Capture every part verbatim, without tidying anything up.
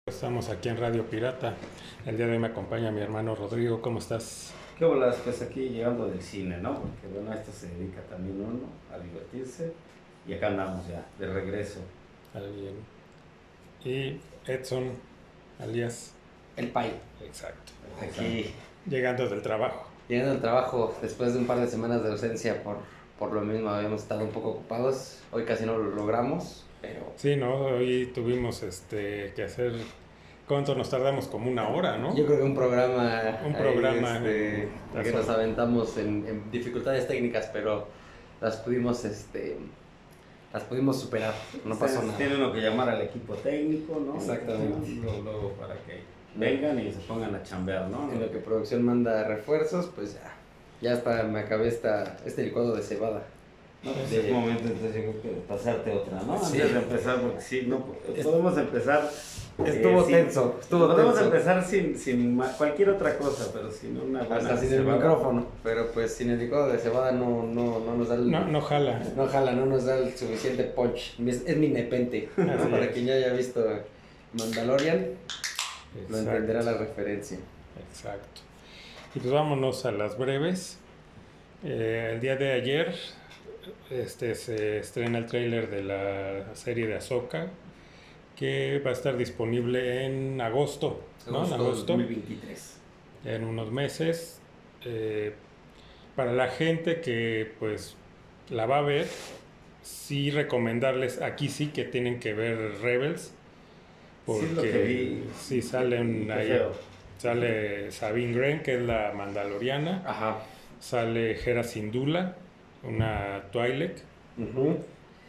Estamos aquí en Radio Pirata. El día de hoy me acompaña mi hermano Rodrigo. ¿Cómo estás? ¿Qué bolas? Pues aquí llegando del cine, ¿no? Porque bueno, a esto se dedica también uno, a divertirse. Y acá andamos ya, de regreso. Al bien. Y Edson, alias. El Pai. Exacto. Aquí, Llegando del trabajo. llegando al trabajo después de un par de semanas de ausencia por, por lo mismo, habíamos estado un poco ocupados. Hoy casi no lo logramos, pero Sí, ¿no? Hoy tuvimos este que hacer... ¿Cuánto nos tardamos? Como una hora, ¿no? yo creo que un programa, Un ahí, programa este, en- que nos aventamos en, en dificultades técnicas, pero las pudimos, este, las pudimos superar, no pasó Entonces, nada. tiene uno que llamar al equipo técnico, ¿no? Exactamente. Luego, luego para que vengan y se pongan a chambear, ¿no? En lo que producción manda refuerzos, pues ya, ya hasta me acabé esta, este licuado de cebada. No, pues De- es momento entonces yo creo que de pasarte otra, ¿no? Sí. Antes de empezar, porque sí, no, Es- podemos empezar... Estuvo eh, sin- tenso, estuvo Podemos tenso. empezar sin, sin ma- cualquier otra cosa, pero sin una buena Hasta sin el cebada. micrófono, pero pues sin el licuado de cebada no, no, no nos da el... No, no jala. No jala, no nos da el suficiente punch. Es, es mi nepente, ¿no? Así Para es. quien ya haya visto Mandalorian, lo Exacto. entenderá la referencia. Exacto. Y pues vámonos a las breves. Eh, el día de ayer este, se estrena el tráiler de la serie de Ahsoka, que va a estar disponible en agosto, ¿no? En agosto, dos mil veintitrés. en unos meses. Eh, para la gente que pues la va a ver, sí recomendarles, aquí sí que tienen que ver Rebels, Sí, es lo porque que vi. sí salen Qué ahí, feo. sale Sabine Wren, que es la Mandaloriana, Ajá. sale Hera Syndulla, una Twi'lek, Ujú.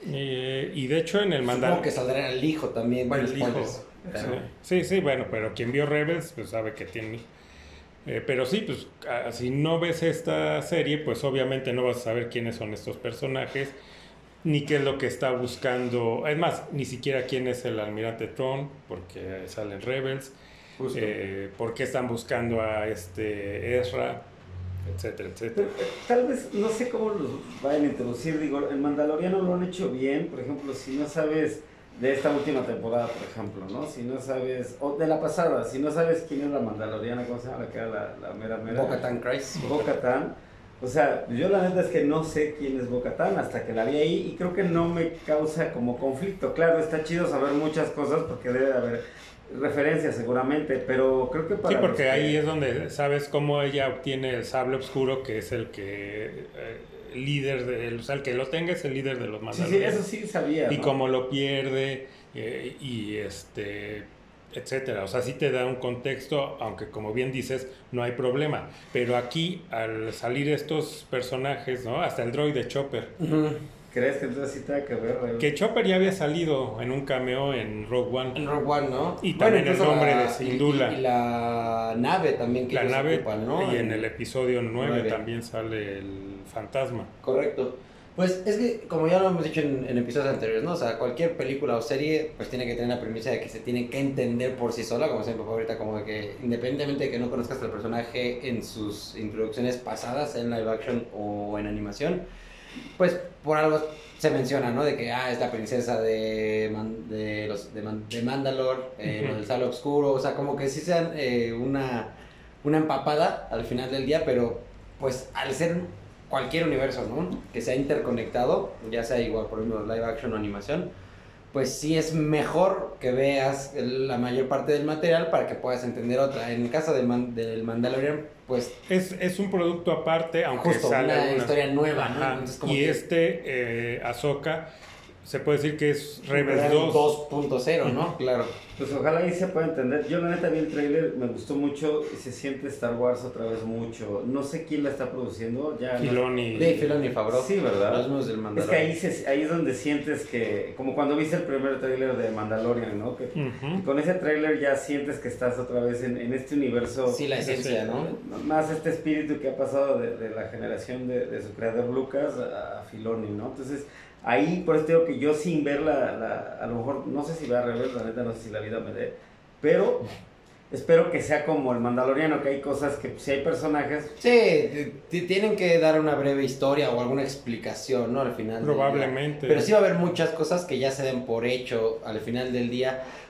eh, y de hecho en el Supongo Mandalorian... que saldrá el hijo también. Bueno, El hijo. spoilers, pero- Sí, sí, bueno, pero quien vio Rebels, pues sabe que tiene... eh, pero sí, pues ah, si no ves esta serie, pues obviamente no vas a saber quiénes son estos personajes, ni qué es lo que está buscando. Es más, ni siquiera quién es el almirante Thrawn, porque salen Rebels, Justo. eh, por qué están buscando a este Ezra, etcétera, etcétera. Pero, eh, tal vez, no sé cómo los vayan a introducir, digo, el Mandaloriano lo han hecho bien, por ejemplo, si no sabes de esta última temporada, por ejemplo, ¿no? Si no sabes, o de la pasada, si no sabes quién es la Mandaloriana, ¿cómo se llama? La que era la, la mera mera... Bo-Katan Kryze. Bo-Katan. O sea, yo la neta es que no sé quién es Bo-Katan hasta que la vi ahí y creo que no me causa como conflicto. Claro, está chido saber muchas cosas porque debe de haber referencias seguramente, pero creo que para... Sí, porque los que- ahí es donde sabes cómo ella obtiene el sable oscuro, que es el que eh, el líder de, o sea, el que lo tenga es el líder de los Sí, Mandalorianos. sí, eso sí sabía, Y ¿no? cómo lo pierde, eh, y este, etcétera. O sea, sí te da un contexto, aunque como bien dices, no hay problema. Pero aquí, al salir estos personajes, ¿no? Hasta el droide Chopper. Ujú. ¿Crees que entonces sí tenga que ver? Rey? Que Chopper ya había salido en un cameo en Rogue One. En Rogue One, ¿no? Y también el incluso nombre la- de Syndulla. Y, y la nave también que La ellos nave, ocupan, ¿no? y en el episodio nueve nueve. también sale el fantasma. Correcto. Pues es que, como ya lo hemos dicho en, en episodios anteriores, ¿no? O sea, cualquier película o serie, pues tiene que tener la premisa de que se tiene que entender por sí sola, como siempre fue ahorita, como de que independientemente de que no conozcas al personaje en sus introducciones pasadas, en live action o en animación, pues por algo se menciona, ¿no? De que, ah, es la princesa de, Man- de, los, de, Man- de Mandalore, eh, Ujú. lo del sable oscuro, o sea, como que sí sean eh, una, una empapada al final del día, pero pues al ser cualquier universo, ¿no? Que sea interconectado, ya sea igual por ejemplo live action o animación, pues sí es mejor que veas el- la mayor parte del material para que puedas entender otra. En el caso del, Man- del Mandalorian, pues Es, es un producto aparte, aunque justo sale una algunas- historia nueva, ¿no? Ajá. Entonces, como Y que- este, eh, Ahsoka, se puede decir que es Rebels Rebels dos. dos punto cero, ¿no? Claro. Pues ojalá ahí se pueda entender. Yo la neta vi el trailer, me gustó mucho y se siente Star Wars otra vez mucho. No sé quién la está produciendo, ya no- Filoni. Dave Filoni y Favreau. Sí, ¿verdad? Los mismos del Es Mandalorian. que ahí, se, ahí es donde sientes que, como cuando viste el primer tráiler de Mandalorian, ¿no? Que Ujú. con ese tráiler ya sientes que estás otra vez en, en este universo. Sí, la esencia, ¿no? Más este espíritu que ha pasado de, de la generación de, de su creador Lucas a, a Filoni, ¿no? Entonces, ahí por eso digo que yo sin ver la, la- a lo mejor, no sé si va a revés, la neta no sé si la vida me dé, pero espero que sea como el Mandaloriano, que hay cosas que si hay personajes, Sí, t- t- tienen que dar una breve historia o alguna explicación, ¿no? Al final del día. Probablemente. Pero sí va a haber muchas cosas que ya se den por hecho al final del día.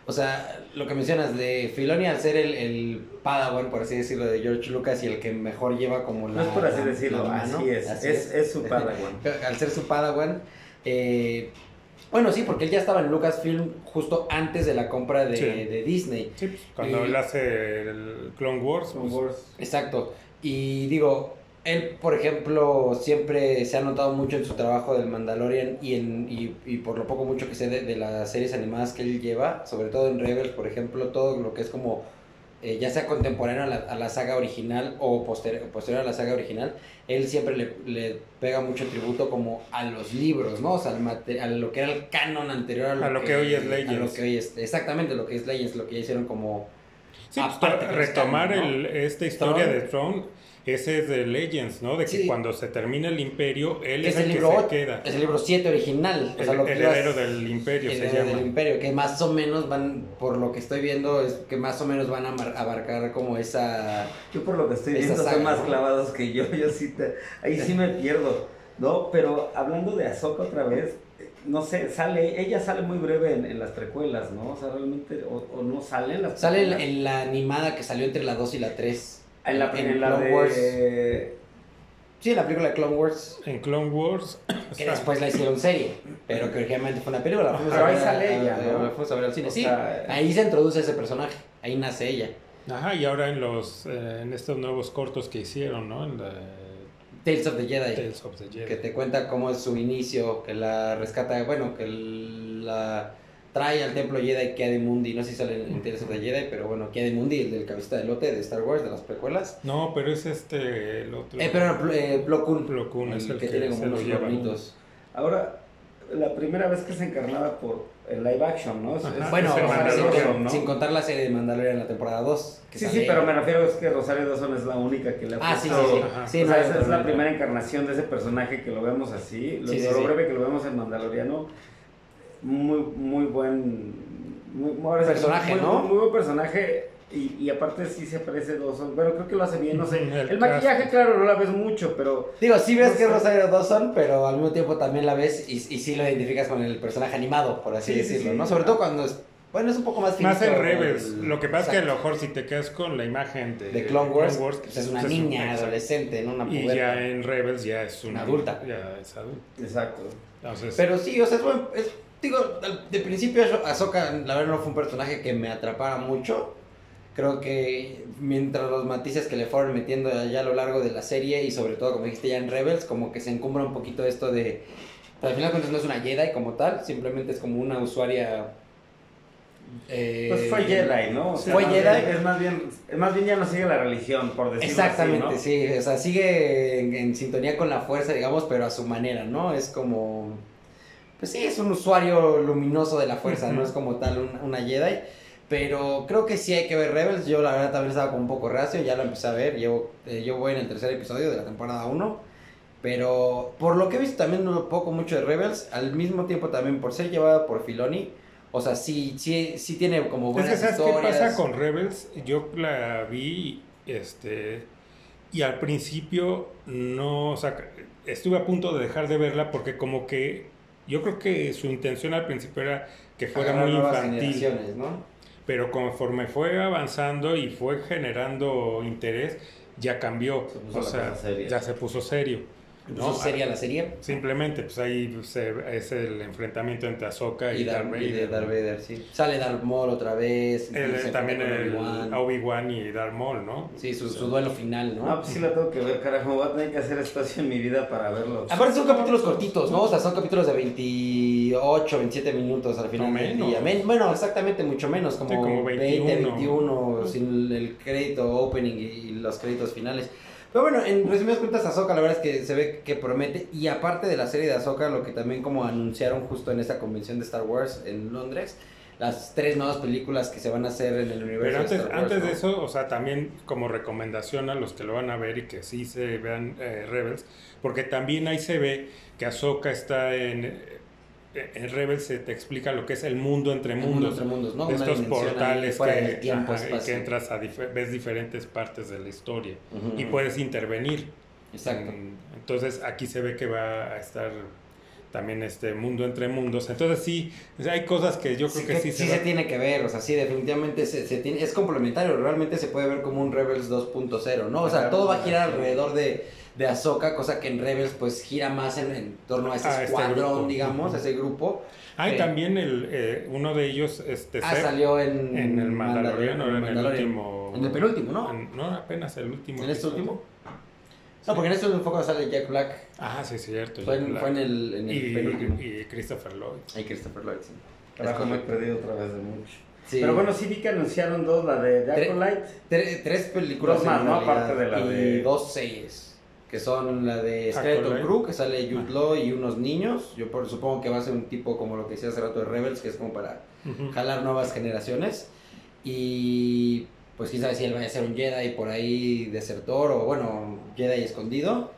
O sea, lo que mencionas de Filoni al ser el, el Padawan, por así decirlo, de George Lucas y el que mejor lleva como la... No es por así la- decirlo, la mano, así es, así es, es su Padawan. Al ser su Padawan, eh, bueno, sí, porque él ya estaba en Lucasfilm justo antes de la compra de, Sí. de Disney. Sí, pues, cuando Y- él hace el Clone Wars, Clone pues, Wars. Exacto. Y digo, él, por ejemplo, siempre se ha notado mucho en su trabajo del Mandalorian y, en, y, y por lo poco mucho que sé de, de las series animadas que él lleva, sobre todo en Rebels, por ejemplo, todo lo que es como, eh, ya sea contemporáneo a la, a la saga original o posterior, posterior a la saga original, él siempre le, le pega mucho tributo como a los libros, ¿no? O sea, al mate- a lo que era el canon anterior a lo, A lo que hoy es Legends. A lo que hoy es, exactamente, lo que es Legends, lo que ya hicieron como... sí, pues, aparte que es retomar canon, ¿no? el, esta historia Throne. de Throne, ese es de Legends, ¿no? De que Sí. cuando se termina el imperio, él Que es, es el el que libro se ocho, queda. es el libro siete original. O El, sea, lo que el ibas- heredero del imperio el se heredero llama. del imperio, que más o menos van, por lo que estoy viendo, es que más o menos van a mar- abarcar como esa... Yo por lo que estoy Esa viendo saga, son más ¿no? clavados que yo, yo sí te, ahí sí me pierdo, ¿no? Pero hablando de Ahsoka otra vez, eh, no sé, sale, ella sale muy breve en, en las precuelas, ¿no? O sea, realmente, o, o no sale en las Sale en, precuelas. en la animada que salió entre la dos y la tres. En la, en la Clone de... Wars. Sí, en la película de Clone Wars, En Clone Wars. o que sea, después la hicieron serie, pero que originalmente fue una película. La fuimos Pero a ahí ver sale a- ella, a- ¿no? la fuimos a ver al cine. O Sí, sea, ahí se introduce ese personaje, ahí nace ella. Ajá, y ahora en los eh, en estos nuevos cortos que hicieron, ¿no? En la Tales of the Jedi. Tales of the Jedi. Que te cuenta cómo es su inicio, que la rescata, bueno, que la trae al templo Jedi Ki-Adi-Mundi, no sé si sale en Tales of the Jedi, pero bueno, Ki-Adi-Mundi, el del cabecita de lote de Star Wars, de las precuelas. No, pero es este el otro. Eh, pero eh, Plo Koon, Plo Koon es el que, que tiene como se lo unos lleva. cuernitos. ahora, la primera vez que se encarnaba por el live action, ¿no? Es- Ajá. es- Bueno, es el Rosario Mandalorian, Dawson, ¿no? sin contar la serie de Mandalorian en la temporada dos. que Sí, sale- sí, pero me refiero es que Rosario Dawson es la única que le ha Ah, sí, sí, puesto- sí. Ajá. Sí, o no, sea, esa es la totalmente. primera encarnación de ese personaje que lo vemos así, lo, Sí, sí, lo sí. breve que lo vemos en Mandaloriano, muy, muy buen muy, ahora sí, Personaje, muy, ¿no? Muy, muy buen personaje y, y aparte sí se parece Dawson, bueno, creo que lo hace bien, no sé, Ujú, el el, maquillaje cast. claro, no la ves mucho, pero Digo, sí ves No que es sé. Rosario Dawson, pero al mismo tiempo también la ves y, y sí lo identificas con el personaje animado, por así Sí, sí, decirlo, sí. ¿no? Sobre todo cuando es, bueno, es un poco más Más finito en Rebels. el- Lo que pasa es que a Exacto. lo mejor si te quedas con la imagen de, de Clone Wars, pues es una pues niña, exacto. adolescente, no una Y puberta. ya en Rebels ya es una Una adulta. Ya es adulta. exacto. Entonces, Pero sí, o sea, es buen- es- digo, al- de principio Ahsoka, la verdad no fue un personaje que me atrapara mucho. Creo que mientras los matices que le fueron metiendo ya a lo largo de la serie y sobre todo, como dijiste ya en Rebels, como que se encumbra un poquito esto de... Al final de cuentas no es una Jedi como tal, simplemente es como una usuaria... eh, Pues fue Jedi, ¿no? O sea, fue más Jedi. bien- es más bien, más bien ya no sigue la religión, por decirlo Exactamente, así, ¿no? sí, o sea, sigue en, en sintonía con la fuerza, digamos, pero a su manera, ¿no? Es como, pues sí, es un usuario luminoso de la fuerza, no es como tal un- una Jedi, pero creo que sí hay que ver Rebels, yo la verdad también estaba como un poco reacio, ya lo empecé a ver, llevo, eh, yo voy en el tercer episodio de la temporada uno, pero por lo que he visto también un poco mucho de Rebels, al mismo tiempo también por ser llevada por Filoni, o sea, sí, sí, sí tiene como es buenas que ¿sabes qué historias. pasa con Rebels? Yo la vi, este, y al principio no, o sea, estuve a punto de dejar de verla porque como que yo creo que su intención al principio era que fuera Agarrar muy nuevas infantil. generaciones, ¿no? Pero conforme fue avanzando y fue generando interés, ya cambió. Se puso O la sea, cosa seria. ya se puso serio. ¿No? ¿Sería la serie? Simplemente, pues ahí se- es el enfrentamiento entre Ahsoka y, Y, Darth Darth, Vader. y de Darth Vader, sí. Sale Darth Maul otra vez. El- se también enfrenta el con Obi-Wan. Obi-Wan y Darth Maul, ¿no? Sí, su, su duelo final, ¿no? No, pues sí la tengo que ver, carajo, voy a tener que hacer espacio en mi vida para verlo. Aparte son capítulos cortitos, ¿no? O sea, son capítulos de veintiocho, veintisiete minutos al final No del menos. día. Men- bueno, exactamente, mucho menos, como, Sí, como veinte, veintiuno. veintiuno, sin el crédito opening y los créditos finales. Pero bueno, en resumidas cuentas, Ahsoka la verdad es que se ve que promete. Y aparte de la serie de Ahsoka, lo que también como anunciaron justo en esta convención de Star Wars en Londres, las tres nuevas películas que se van a hacer en el universo Pero de antes, Star Wars, antes ¿no? de eso, o sea, también como recomendación a los que lo van a ver y que sí se vean eh, Rebels, porque también ahí se ve que Ahsoka está en, eh, en Rebels, se te explica lo que es el mundo entre El mundo mundos. entre mundos, ¿no? De Una estos dimensión ahí portales fuera que, del tiempo, ajá, y espacio. que entras a dif- ves diferentes partes de la historia Ujú. y puedes intervenir. Exacto. Mm, Entonces aquí se ve que va a estar también este Mundo entre Mundos. Entonces sí, o sea, hay cosas que yo creo Sí, que, que sí, sí se, se tiene que ver, o sea, sí, definitivamente se, se tiene, es complementario, realmente se puede ver como un Rebels dos punto cero, ¿no? O sea, todo va a girar alrededor de, de Ahsoka, cosa que en Rebels pues gira más en, en torno a ese A este escuadrón, grupo. digamos, a ese grupo. Ah, y Eh, también el, eh, uno de ellos, este, Ah, Seb, salió en, en el Mandaloriano, en en el Mandalorian. último... En el penúltimo, ¿no? en- no, apenas el último. ¿En este episodio. último? No, porque en este último sale Jack Black. Ah, sí, es cierto. Fue Jack en, Black. fue en el, en el y, penúltimo. y Christopher Lloyd. Ahí Christopher Lloyd, sí. Carajo, Es me he correcto. perdido otra vez de mucho. Sí. Pero bueno, sí vi que anunciaron dos, la de The Tre- Acolyte. Tre- tres películas Dos más, en ¿no? realidad, Aparte de la y de- dos series. Que son la de Skeleton Acolyte. Crew, que sale Jude Ah. Law y unos niños. Yo por, supongo que va a ser un tipo como lo que decía hace rato de Rebels, que es como para Ujú. jalar nuevas generaciones. Y pues quién sabe si él vaya a ser un Jedi por ahí desertor o bueno, Jedi escondido.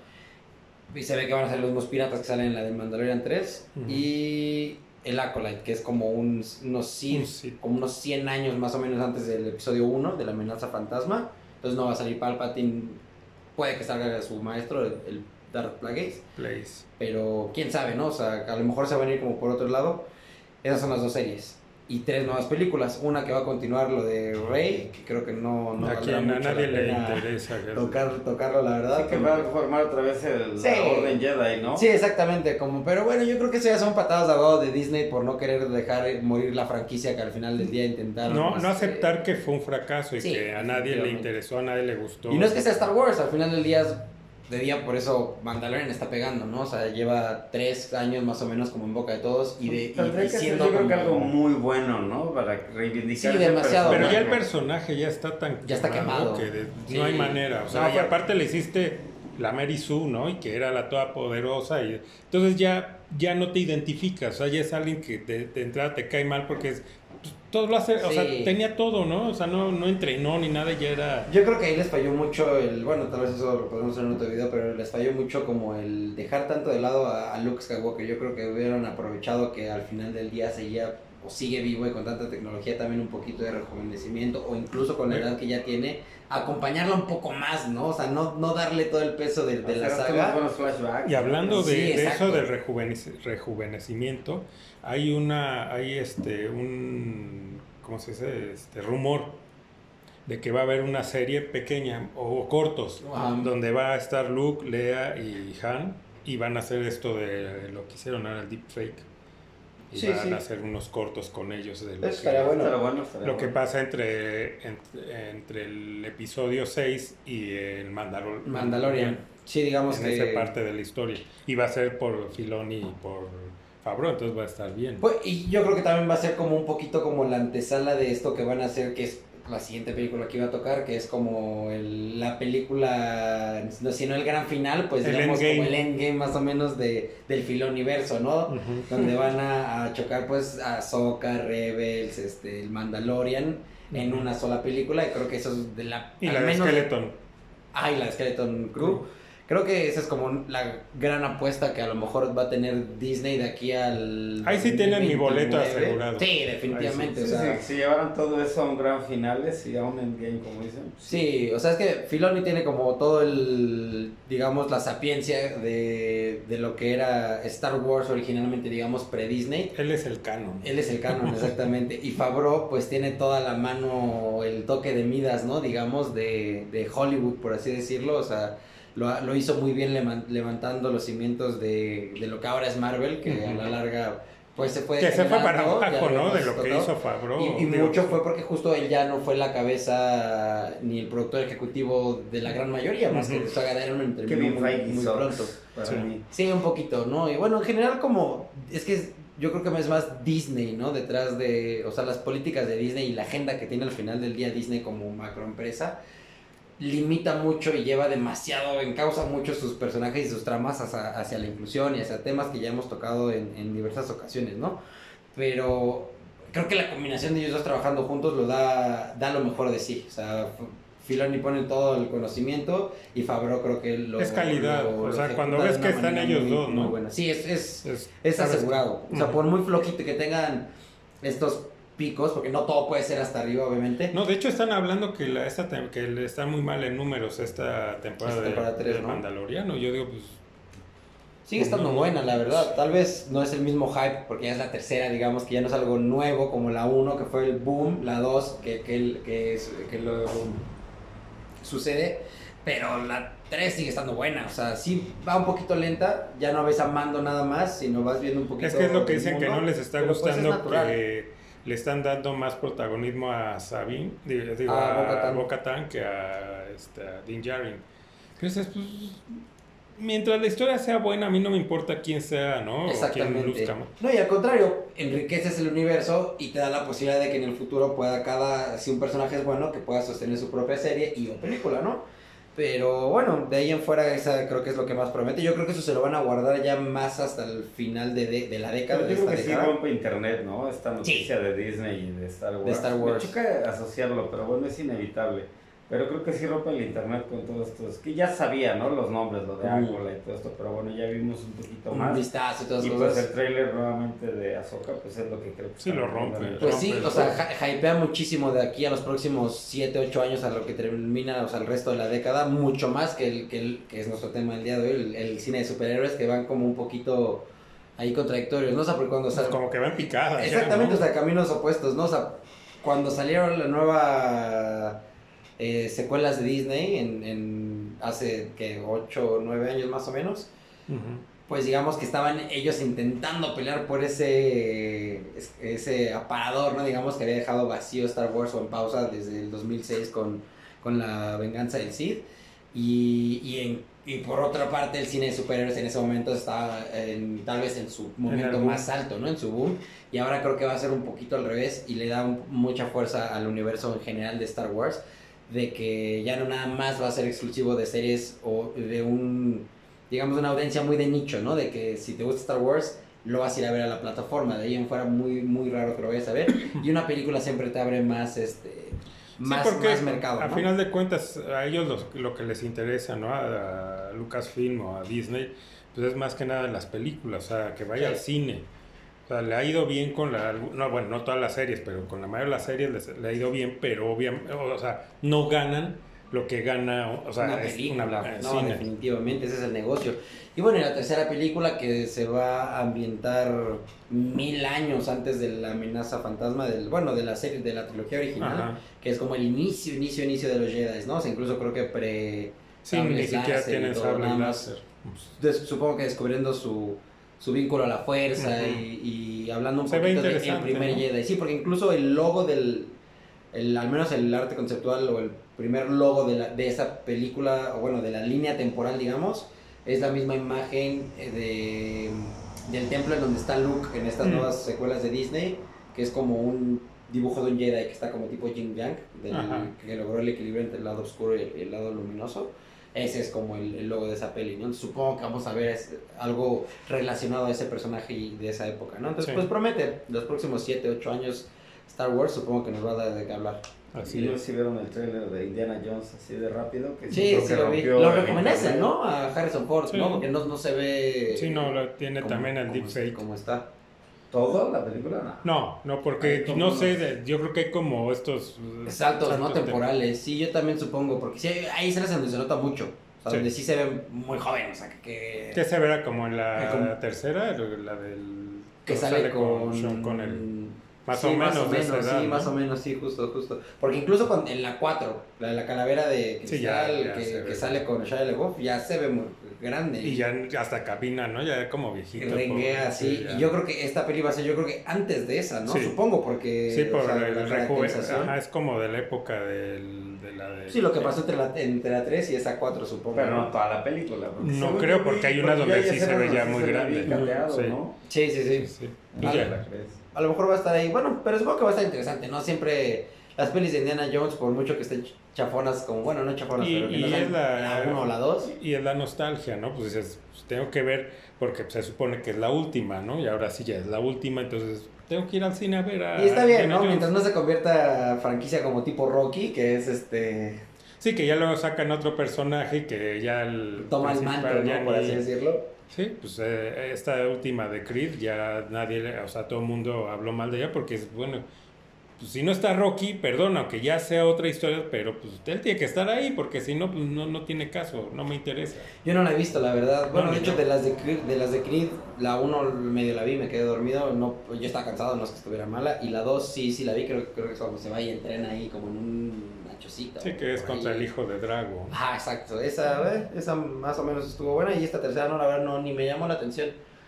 Y se ve que van a ser los mismos piratas que salen en la de Mandalorian tres. Ujú. Y el Acolyte, que es como un, unos, cien, Un Sith. como unos cien años más o menos antes del episodio uno, de la amenaza fantasma. Entonces no va a salir Palpatine. Puede que salga su maestro, el, el Darth Plagueis. Place. Pero quién sabe, ¿no? O sea, a lo mejor se van a ir como por otro lado. Esas son las dos series. Y tres nuevas películas. Una que va a continuar lo de Rey, que creo que no, no a valdrá quien a mucho nadie la le pena interesa. que- tocar, tocarlo, la verdad. Así que va a formar otra vez el, Sí. la Orden Jedi, ¿no? Sí, exactamente. Como, pero bueno, yo creo que eso ya son patadas de ahogado de Disney por no querer dejar morir la franquicia que al final del día intentaron. No, este, no aceptar que fue un fracaso y sí, que a nadie le definitivamente. interesó, a nadie le gustó. Y no es que sea Star Wars, al final del día, de día por eso Mandalorian está pegando, ¿no? O sea, lleva tres años más o menos como en boca de todos y, de, y, Tendría y que ser, siendo yo creo que como- algo muy bueno, ¿no? Para reivindicar. Sí, ese demasiado Pero personaje. ya el personaje ya está tan Ya está quemado. que de- Sí. no hay manera. O sea, No, y fue- aparte le hiciste la Mary Sue, ¿no? Y que era la toda poderosa. Y entonces ya, ya no te identificas. O sea, ya es alguien que de, de entrada te cae mal porque es, pues, todo lo hace. O sea, Sí. tenía todo, ¿no? O sea, no, no entrenó ni nada, ya era. Yo creo que ahí les falló mucho el, bueno, tal vez eso lo podemos hacer en otro video, pero les falló mucho como el dejar tanto de lado a, a Luke Skywalker. Yo creo que hubieran aprovechado que al final del día seguía o sigue vivo y con tanta tecnología también un poquito de rejuvenecimiento o incluso con la edad que ya tiene, acompañarla un poco más, ¿no? O sea, no, no darle todo el peso de, de la Hacer hasta unos saga. buenos flashbacks. Y hablando de, Sí, de exacto. eso del rejuvenec- rejuvenecimiento, hay una, hay este, un, ¿cómo se dice? Este rumor de que va a haber una serie pequeña o cortos Ajá. donde va a estar Luke, Leia y Han y van a hacer esto de lo que hicieron ahora el deepfake y Sí, van sí. a hacer unos cortos con ellos de lo, Eso que, estaría bueno. Estaría bueno, estaría lo que bueno. pasa entre, entre entre el episodio seis y el Mandalor- Mandalorian. Sí, digamos en que... esa parte de la historia. Y va a ser por Filoni y por Favreau, entonces va a estar bien. Pues, y yo creo que también va a ser como un poquito como la antesala de esto que van a hacer, que es la siguiente película que iba a tocar, que es como el- la película, no, si no el gran final, pues El digamos como endgame. el endgame más o menos de, del Filoniverso, ¿no? Ujú. Donde van a, a chocar pues a Ahsoka, Rebels, este, el Mandalorian en Ujú. una sola película y creo que eso es de la... Y al la de menos- Skeleton. Ah, y la de Skeleton Crew. Creo que esa es como la gran apuesta que a lo mejor va a tener Disney de aquí al... Ahí sí tienen mi boleto veintinueve. asegurado. Sí, definitivamente. Sí, o sea, sí, si llevaran todo eso a un gran final y a un endgame, como dicen. sí, o sea, es que Filoni tiene como todo el, digamos, la sapiencia de, de lo que era Star Wars originalmente, digamos, pre-Disney. Él es el canon. Él es el canon, exactamente. Y Favreau, pues tiene toda la mano, el toque de Midas, ¿no? Digamos, de, de Hollywood, por así decirlo. O sea, lo, lo hizo muy bien leman- levantando los cimientos de, de lo que ahora es Marvel, que a la larga, pues se fue. Que se fue para degenerando, ya abajo, lo ¿no? hemos De lo que tocado. hizo Favreau. Y, y Digo, mucho fue porque justo él ya no fue la cabeza ni el productor ejecutivo de la gran mayoría, más que Ujú. Saga Iron terminó Kevin muy, Feige muy sucks pronto. para Sí. mí. Sí, un poquito, ¿no? Y bueno, en general como, es que es- yo creo que es más Disney, ¿no? Detrás de, o sea, las políticas de Disney y la agenda que tiene al final del día Disney como macroempresa, limita mucho y lleva demasiado, encausa mucho sus personajes y sus tramas hacia, hacia la inclusión y hacia temas que ya hemos tocado en, en diversas ocasiones, ¿no? Pero creo que la combinación de ellos dos trabajando juntos lo da, da lo mejor de sí, o sea... Filoni pone todo el conocimiento y Favreau creo que lo... Es calidad, lo- o lo sea, ejecuta cuando de ves una que están manera ellos muy- dos, muy ¿no? buena. Sí, es, es, Es, es sabes- asegurado. O sea, Ujú. por muy flojito que tengan estos picos, porque no todo puede ser hasta arriba, obviamente. No, de hecho están hablando que, la, esta tem- que le están muy mal en números esta temporada, Esta temporada de, tres, de ¿no? Mandaloriano. Yo digo, pues... Sigue estando buena, la verdad. Tal vez no es el mismo hype, porque ya es la tercera, digamos, que ya no es algo nuevo como la uno, que fue el boom, la dos, que, que, el- que, es- que lo sucede, pero la tres sigue estando buena. O sea, sí va un poquito lenta, ya no ves a Mando nada más, sino vas viendo un poquito. Es que es lo que del dicen que mundo, no les está pero, pues, es gustando, natural. que le están dando más protagonismo a Sabine, digo, digo, A a Bo-Katan. Bo-Katan que a, este, a Din Djarin. Entonces, pues, mientras la historia sea buena, a mí no me importa quién sea, ¿no? O quién Exactamente. luzca. No, y al contrario, enriqueces el universo y te da la posibilidad de que en el futuro pueda cada, si un personaje es bueno, que pueda sostener su propia serie y o película, ¿no? Pero bueno, de ahí en fuera esa creo que es lo que más promete. Yo creo que eso se lo van a guardar ya más hasta el final de, de, de la década. Pero de yo creo esta que sí década. rompe internet, ¿no? Esta noticia de Disney y de Star Wars. De Star Wars. Me choca asociarlo, pero bueno, es inevitable. Pero creo que sí rompe el internet con todo esto. Es que ya sabía, ¿no? Los nombres, lo de Mm. Ágora y todo esto, pero bueno, ya vimos un poquito Un más. vistazo y todas Y esas pues cosas. el trailer nuevamente de Ahsoka, pues es lo que creo que Sí, está lo rompe. rompiendo. Pues rompe sí, el o sea, juego. ja- hypea muchísimo de aquí a los próximos siete, ocho años a lo que termina, o sea, el resto de la década, mucho más que el que, el, que es nuestro tema del día de hoy, el, el cine de superhéroes, que van como un poquito ahí contradictorios, ¿no? O sea, porque cuando Pues sal- como que va en picada. Exactamente, ya, o sea, caminos opuestos, ¿no? O sea, cuando salieron la nueva eh, secuelas de Disney en, en hace que ocho o nueve años más o menos, ¿no? Ujú. pues digamos que estaban ellos intentando pelear por ese ese aparador, ¿no? Digamos que había dejado vacío Star Wars o en pausa desde el dos mil seis con, con la venganza del Sith. Y, y, en- y por otra parte el cine de superhéroes en ese momento estaba en- tal vez en su momento boom. más alto, ¿no? En su boom. Y ahora creo que va a ser un poquito al revés y le da un- mucha fuerza al universo en general de Star Wars, de que ya no nada más va a ser exclusivo de series o de un, digamos, una audiencia muy de nicho, ¿no? De que si te gusta Star Wars, lo vas a ir a ver a la plataforma. De ahí en fuera muy, muy raro que lo vayas a ver. Y una película siempre te abre más, este, más, Sí, porque más mercado, a ¿no? final de cuentas a ellos los- lo que les interesa, ¿no? A, a Lucasfilm o a Disney, pues es más que nada las películas, o sea, que vaya Sí. al cine. O sea, le ha ido bien con la, no, bueno, no todas las series, pero con la mayoría de las series les- le ha ido bien, pero obviamente, o sea, no ganan lo que gana, o sea, una es película, una- eh, no, cine. definitivamente, ese es el negocio. Y bueno, y la tercera película que se va a ambientar mil años antes de la amenaza fantasma, del, bueno, de la serie, de la trilogía original, Ajá. que es como el inicio, inicio, inicio de los Jedi, ¿no? O sea, incluso creo que pre... Sí, sables ni siquiera láser y tienen todo, sable nada más. láser. Des- supongo que descubriendo su, su vínculo a la fuerza Ujú. y, y hablando un Se ve poquito del interesante, primer ¿no? Jedi. Sí, porque incluso el logo del, el, al menos el arte conceptual o el primer logo de, la, de esa película, o bueno, de la línea temporal, digamos, es la misma imagen eh, de, del templo en donde está Luke en estas Mm. nuevas secuelas de Disney, que es como un dibujo de un Jedi que está como tipo Yin Yang, del- Ajá. que logró el equilibrio entre el lado oscuro y el, el lado luminoso. Ese es como el, el logo de esa peli, ¿no? Entonces, supongo que vamos a ver es- algo relacionado a ese personaje y de esa época, ¿no? Entonces, Sí. pues promete, los próximos siete, ocho años Star Wars supongo que nos va a dar de qué hablar. Así Sí, es. sí vieron el trailer de Indiana Jones así de rápido. Que Sí, creo sí que lo vi. rompió Lo el recomendé, internet. ¿no? A Harrison Ford, Sí. ¿no? Porque no, no se ve... Sí, no, lo tiene como- también el como- deepfake. Como está. ¿Todo? ¿La película? No. No, no, porque Hay como no sé, unos- de- yo creo que hay como estos uh, Saltos, ¿no? tem- Temporales. Sí, yo también supongo, porque sí, hay, hay escenas en donde se nota mucho. O sea, Sí. donde sí se ve muy joven, o sea, que... que... Que se verá como en la Como- tercera, la del que sale con Sean Connery. Más Sí, o menos, más o de esa menos, edad, sí, ¿no? más o menos, sí, justo, justo. Porque incluso con, en la cuatro, la de la calavera de Sí, cristal ya- ya que, se que ve. sale con Shia LaBeouf, ya se ve muy grande. Y ya hasta cabina, ¿no? Ya como viejito. renguea pobre, así. sí, ya. Y yo creo que esta peli va a ser, yo creo que antes de esa, ¿no? Sí. Supongo, porque... Sí, por o sea, el la rejuve- caracterización. Ajá, es como de la época del, de la de... Sí, lo que pasó entre la, entre la tres y esa cuatro, supongo. Pero no toda la película. porque No según creo, yo porque vi- hay una porque donde yo sí ya se ve sé, ya sí muy se ve grande. bien cateado, Sí. ¿no? Sí, sí, sí. Sí, sí. Y Y ya ya. la crees. A lo mejor va a estar ahí. Bueno, pero supongo que va a estar interesante, ¿no? Siempre las pelis de Indiana Jones, por mucho que estén chafonas, como, bueno, no chafonas, Y- pero que y no sean es la- la uno o la dos. Y es la nostalgia, ¿no? Pues dices, pues, tengo que ver, porque se supone que es la última, ¿no? Y ahora sí ya es la última, entonces tengo que ir al cine a ver a... Y está bien, Indiana ¿no? Jones. Mientras no se convierta franquicia como tipo Rocky, que es este... Sí, que ya luego sacan otro personaje que ya el... Toma el principal manto, ya ¿no? Por ni- así decirlo. Sí, pues eh, esta última de Creed ya nadie, le- o sea, todo el mundo habló mal de ella porque es, bueno, pues, si no está Rocky, perdón, aunque ya sea otra historia, pero pues él tiene que estar ahí, porque si no, pues no, no tiene caso, no me interesa. Yo no la he visto, la verdad. Bueno, No, de ni hecho, yo. de las de, Creed, de las de Creed, la uno medio la vi, me quedé dormido. No, yo estaba cansado, no es que estuviera mala. Y la dos sí, sí la vi, creo, creo que es cuando se va y entrena ahí como en un chocito. Sí, que es contra el hijo de Drago. Ah, exacto. Esa, eh, esa más o menos estuvo buena. Y esta tercera, no, la verdad, no, ni me llamó la atención.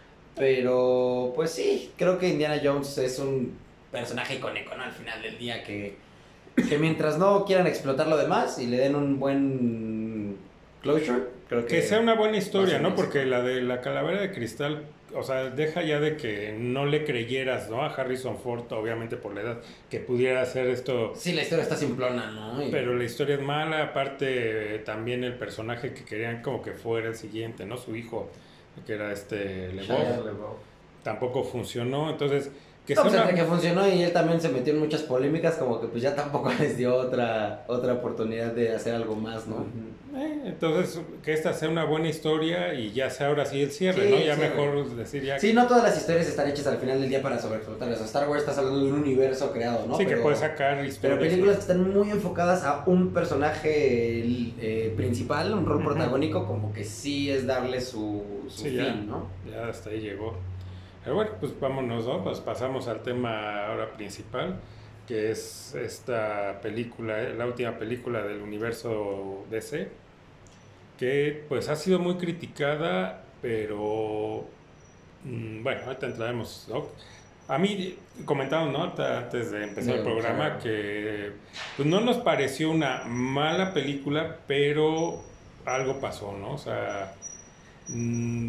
Pero, pues sí, creo que Indiana Jones es un personaje icónico, ¿no? Al final del día, que, que mientras no quieran explotar lo demás y le den un buen closure, creo que... Que sea una buena historia, ¿no? éxito. Porque la de la calavera de cristal, o sea, deja ya de que no le creyeras, ¿no? A Harrison Ford, obviamente por la edad, que pudiera hacer esto. Sí, la historia está simplona, ¿no? Y- Pero la historia es mala, aparte eh, también el personaje que querían como que fuera el siguiente, ¿no? Su hijo, que era este Shia LeBeouf, LaBeouf. tampoco funcionó, entonces que No, sea pues una- entre que funcionó y él también se metió en muchas polémicas, como que pues ya tampoco les dio otra otra oportunidad de hacer algo más, ¿no? Ujú. eh, entonces que esta sea una buena historia y ya sea ahora sí el cierre, Sí, ¿no? el Ya cierre. mejor decir ya Sí, no todas las historias están hechas al final del día para sobreexplotarlas. O sea, Star Wars estás hablando de un universo creado, ¿no? sí pero, que puede sacar historias. pero películas que están muy enfocadas a un personaje eh, principal, un rol Ujú. protagónico, como que sí es darle su, su Sí, fin, ya. ¿no? Ya hasta ahí llegó. Pero bueno, pues vámonos, ¿no? Pues pasamos al tema ahora principal, que es esta película, eh, la última película del universo D C, que pues ha sido muy criticada, pero mm, bueno, ahorita entraremos, ¿no? A mí comentamos, ¿no? Hasta antes de empezar el De programa empezar. que pues no nos pareció una mala película, pero algo pasó, ¿no? O sea, mm,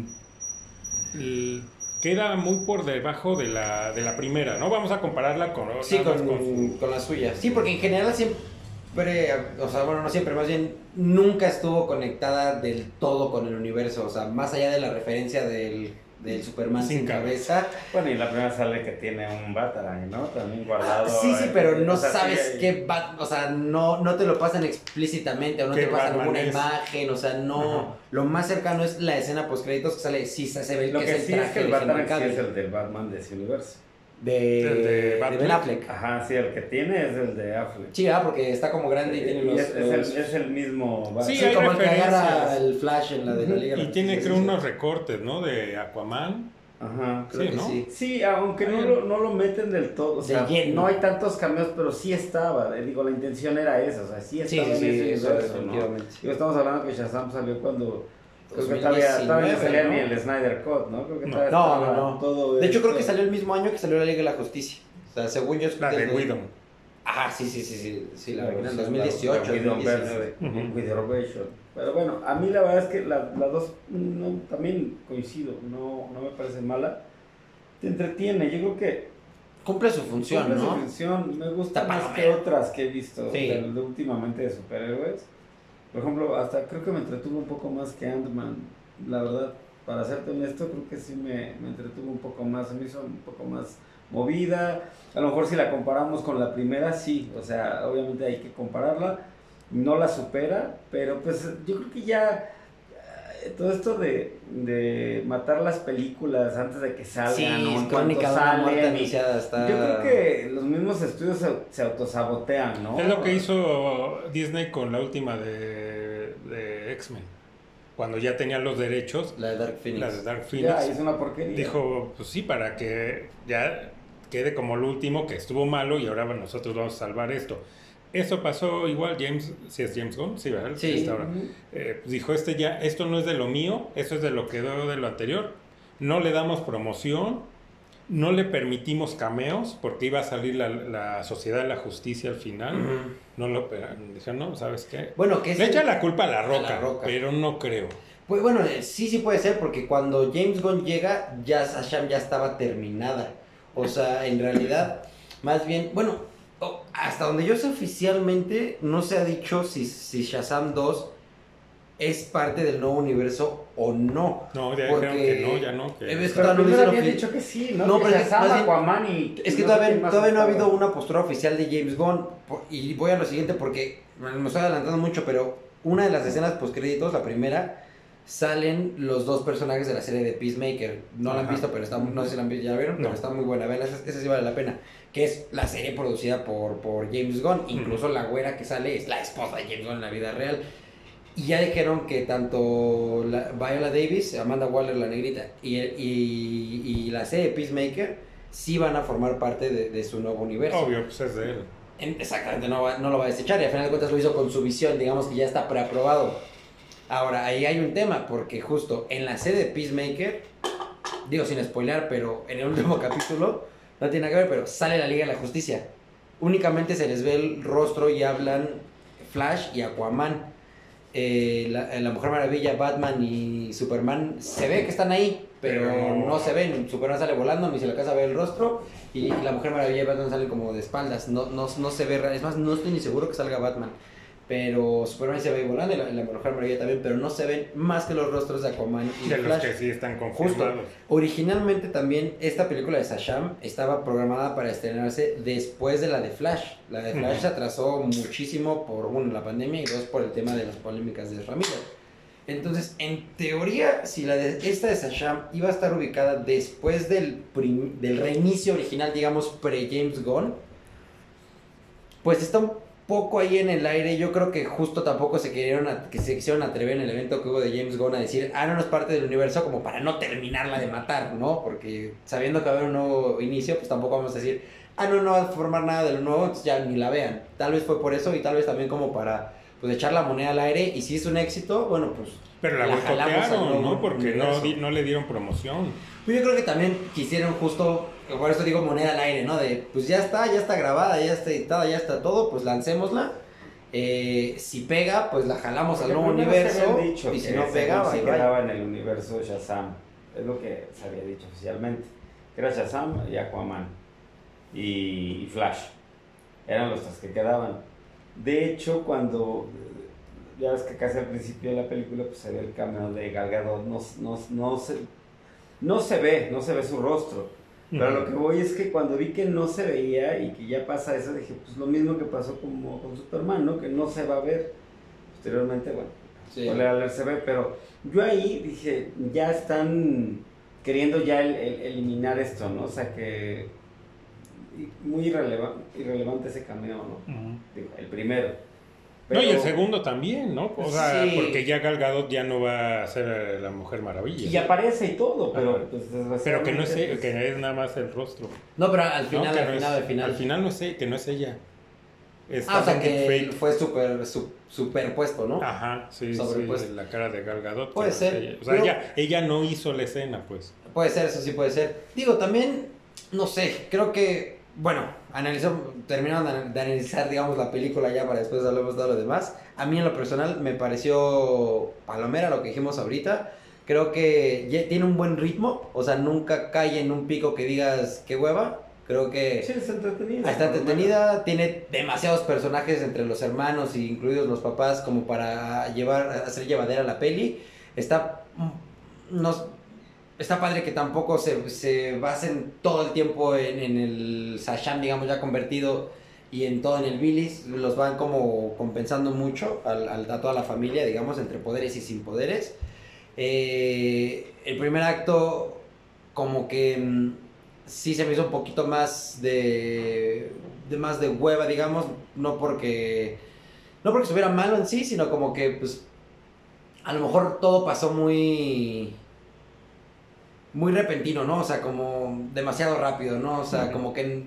l- queda muy por debajo de la, de la primera, ¿no? Vamos a compararla con, Sí, nada más con, su- con la suya. Sí, porque en general siempre, o sea, bueno, no siempre, más bien nunca estuvo conectada del todo con el universo. O sea, más allá de la referencia del, del Superman Sin sin, cabeza. Bueno, y la primera sale que tiene un Batarang, ¿no? También guardado. Sí, sí, eh, pero no o sea, sí sabes hay- qué va, o sea, no, no te lo pasan explícitamente o no ¿Qué te pasan Batman alguna es? imagen, o sea, no, Ajá. lo más cercano es la escena post créditos que sale, sí se se ve Lo que, que, es el sí traje es que el de Batarang Henry sí Cavill. es el del Batman de ese universo. de, El de de Batfleck. Ben Affleck. Ajá, sí, el que tiene es el de Affleck. Sí, ah, porque está como grande y tiene Y los... es, es los- el, es el mismo Batman. Sí, Sí, hay como el que referencias. agarra el Flash en la de la Ujú. Liga de Y la tiene Justicia, creo sí, unos sí. recortes, ¿no? De Aquaman. Ajá. Creo Sí, que ¿no? sí. Sí, aunque no Ahí- lo, no lo meten del todo, o De sea, lleno. no hay tantos cameos, pero sí estaba, eh, digo, la intención era esa, o sea, sí Sí, estaba sí, en sí, ese eso universo, ¿no? definitivamente. Digo, estamos hablando que Shazam salió cuando, creo que dos mil todavía, todavía no salía diecinueve, ni el Snyder Cut, ¿no? Creo que No. todavía No, estaba no, no. todo De hecho, creo esto. que salió el mismo año que salió la Liga de la Justicia. O sea, según yo... La de desde- Widow. Ah, sí, sí, sí, sí, sí, la original, versión, dos mil dieciocho, la- la dos mil diecinueve. Widowverse, Ujú. Widowversion. Pero bueno, a mí la verdad es que la- las dos no, también coincido, no, no me parece mala. Te entretiene, yo creo que Cumple su función, cumple su ¿no? función. Me gusta Está más palomera. que otras que he visto Sí. de, de últimamente de superhéroes. Por ejemplo, hasta creo que me entretuvo un poco más que Ant-Man. La verdad, para serte honesto, creo que sí me, me entretuvo un poco más, se me hizo un poco más movida. A lo mejor si la comparamos con la primera, sí, o sea, obviamente hay que compararla. No la supera, pero pues yo creo que ya eh, todo esto de, de matar las películas antes de que salgan, Sí, o en es cuanto crónica de una muerte salen, y- anunciada, está... yo creo que los mismos estudios se, se autosabotean, ¿no? Es lo que hizo Disney con la última de, de X-Men. Cuando ya tenían los derechos, La de Dark Phoenix. la de Dark Phoenix, Ya, es una porquería. dijo, pues sí, para que ya quede como lo último, que estuvo malo y ahora nosotros vamos a salvar esto. Eso pasó igual, James, si es James Gunn, sí, ¿verdad? Sí. Está ahora. Ujú. Eh, pues dijo, este ya, esto no es de lo mío, esto es de lo que dio de lo anterior. No le damos promoción, no le permitimos cameos, porque iba a salir la, la Sociedad de la Justicia al final. Ujú. No lo dijeron, no, ¿sabes qué? Bueno, que es... Le el- echa la culpa a la, a roca, La Roca. pero no creo. Pues bueno, eh, sí, sí puede ser, porque cuando James Gunn llega, ya Shazam ya estaba terminada. O sea, en realidad, más bien, bueno, oh, hasta donde yo sé oficialmente, no se ha dicho si, si Shazam dos es parte del nuevo universo o no. No, ya Porque- dijeron que no, ya no. Que... Eh, ves- Pero todavía no primero dicen habían ofi- dicho que sí, ¿no? No, que pero es que Shazam, más bien- Aquaman y... Es y que no sé todavía, quién más todavía no ha estaba. habido una postura oficial de James Gunn. por- Y voy a lo siguiente porque me estoy adelantando mucho, pero una de las escenas post créditos, la primera, salen los dos personajes de la serie de Peacemaker. No la han Ajá. visto, pero está, no sé si la han visto, ya la vieron, pero No. está muy buena. Vean, esa, esa sí vale la pena. Que es la serie producida por, por James Gunn. Incluso la güera que sale es la esposa de James Gunn en la vida real. Y ya dijeron que tanto la, Viola Davis, Amanda Waller, la negrita, y, y, y la serie de Peacemaker sí van a formar parte de, de su nuevo universo. Obvio, pues es de él. En- exactamente, no, va- no lo va a desechar y al final de cuentas lo hizo con su visión, digamos que ya está preaprobado. Ahora, ahí hay un tema, porque justo en la serie de Peacemaker, digo sin spoilear, pero en el último capítulo, no tiene nada que ver, pero sale la Liga de la Justicia. Únicamente se les ve el rostro y hablan Flash y Aquaman. Eh, la, la Mujer Maravilla, Batman y Superman se ve que están ahí, pero Pero- no se ven. Superman sale volando, ni se le alcanza a ver el rostro, y la Mujer Maravilla y Batman salen como de espaldas. No, no, no se ve, es más, no estoy ni seguro que salga Batman, pero Superman se ve ahí volando y la, la Mujer Maravilla también, pero no se ven más que los rostros de Aquaman y De los Flash. que sí están Justo. confirmados. Originalmente también esta película de Shazam estaba programada para estrenarse después de la de Flash. La de Flash Ujú. se atrasó muchísimo por, uno, la pandemia y dos, por el tema de las polémicas de Ezra Miller. Entonces, en teoría, si la de, esta de Shazam iba a estar ubicada después del, prim- del reinicio original, digamos, pre-James Gunn, pues está un poco ahí en el aire. Yo creo que justo tampoco se quisieron, a- que se quisieron atrever en el evento que hubo de James Gunn a decir, ah, no, no es parte del universo, como para no terminarla de matar, ¿no? Porque sabiendo que va a haber un nuevo inicio, pues tampoco vamos a decir, ah, no, no va a formar nada de lo nuevo, entonces ya ni la vean. Tal vez fue por eso y tal vez también como para, pues, echar la moneda al aire. Y si es un éxito, bueno, pues... Pero la, La jalamos al boicotearon, nuevo ¿no? Porque no, universo. di- no le dieron promoción. Pues yo creo que también quisieron justo, por eso digo moneda al aire, ¿no? De, pues ya está, ya está grabada, ya está editada, ya está todo, pues lancémosla. Eh, si pega, pues la jalamos al Porque nuevo primero se universo. habían dicho Y si que no según pega, sí bye, bye. quedaba en el universo Shazam. Es lo que se había dicho oficialmente. Que era Shazam y Aquaman. Y, y Flash. Eran los tres que quedaban. De hecho, cuando... Ya ves que casi al principio de la película pues se ve el cameo de Gal Gadot. No, no, no, se, no se ve, no se ve su rostro. Pero Ujú. lo que voy es que cuando vi que no se veía y que ya pasa eso, dije, pues lo mismo que pasó como con Superman, ¿no? Que no se va a ver. Posteriormente, bueno, Sí. spoiler alert se ve, pero yo ahí dije, ya están queriendo ya el- el- eliminar esto, ¿no? O sea que y- muy irreleva- irrelevante ese cameo, ¿no? Ujú. Digo, el primero. No, y el Pero- segundo también, ¿no? O sea, Sí. porque ya Gal Gadot ya no va a ser la Mujer Maravilla. Y aparece y todo, pero Ajá. pues Pero que no es, desgraciadamente, e- que es nada más el rostro. No, pero al ¿no? final, Que al no final, es- al final. Al final no sé, que no es ella. Es Ah, o sea también que fake. fue súper su- superpuesto, ¿no? Ajá, sí, Sobrepuesto. sí, la cara de Gal Gadot. que Puede no es ser. ella. O sea, Yo- ella, ella no hizo la escena, pues. Puede ser, eso sí puede ser. Digo, también, no sé, creo que, bueno, analizamos, terminamos de, de analizar, digamos, la película ya para después hablemos de lo demás. A mí en lo personal me pareció palomera lo que dijimos ahorita. Creo que ya tiene un buen ritmo, o sea, nunca cae en un pico que digas, qué hueva. Creo que... Sí, está entretenida. Está por lo entretenida, tiene demasiados personajes entre los hermanos, incluidos los papás, como para llevar, hacer llevadera la peli. Está, mm, no, está padre que tampoco se, se basen todo el tiempo en, en el Shazam, digamos, ya convertido, y en todo en el Bilis. Los van como compensando mucho al, al- a toda la familia, digamos, entre poderes y sin poderes. Eh, el primer acto, como que... mm, sí se me hizo un poquito más de, de más de hueva, digamos, no porque no porque estuviera malo en sí, sino como que pues a lo mejor todo pasó muy muy repentino, ¿no? O sea, como demasiado rápido, ¿no? O sea, como que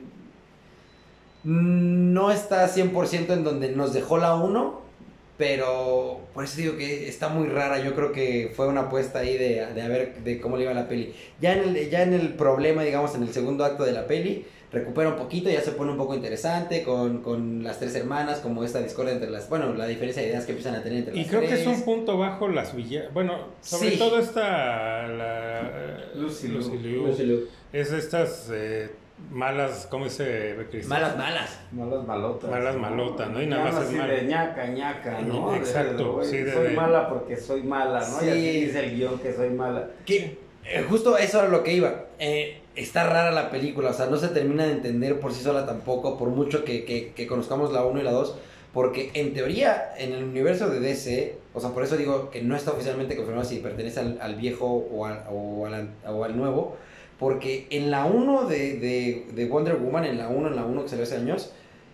no está cien por ciento en donde nos dejó la uno, pero por eso digo que está muy rara. Yo creo que fue una apuesta ahí de, de a ver de cómo le iba la peli. Ya en el, ya en el problema, digamos, en el segundo acto de la peli, recupera un poquito, ya se pone un poco interesante con, con las tres hermanas, como esta discordia entre las... Bueno, la diferencia de ideas que empiezan a tener entre Y las creo tres. que es un punto bajo las villanas. Bueno, sobre Sí. todo esta. La, Lucy Liu. Liu. Lucy Liu. Es de estas eh, malas. ¿Cómo dice Cristian? Malas, malas. Malas malotas. Malas ¿no? malotas, ¿no? Y nada Ya más es así mala. de ñaca, ñaca, ¿no? De- Exacto, güey, sí, de- soy de- mala porque soy mala, ¿no? Sí. Y así dice el guión que soy mala. Que eh, justo eso era lo que iba. Eh, está rara la película, o sea, no se termina de entender por sí sola tampoco, por mucho que, que, que conozcamos la uno y la dos, Porque en teoría, en el universo de D C, o sea, por eso digo que no está oficialmente confirmado si pertenece al, al viejo o al, o, al, o al nuevo, porque en la uno de, de, de Wonder Woman, en la uno, en la uno que salió hace años,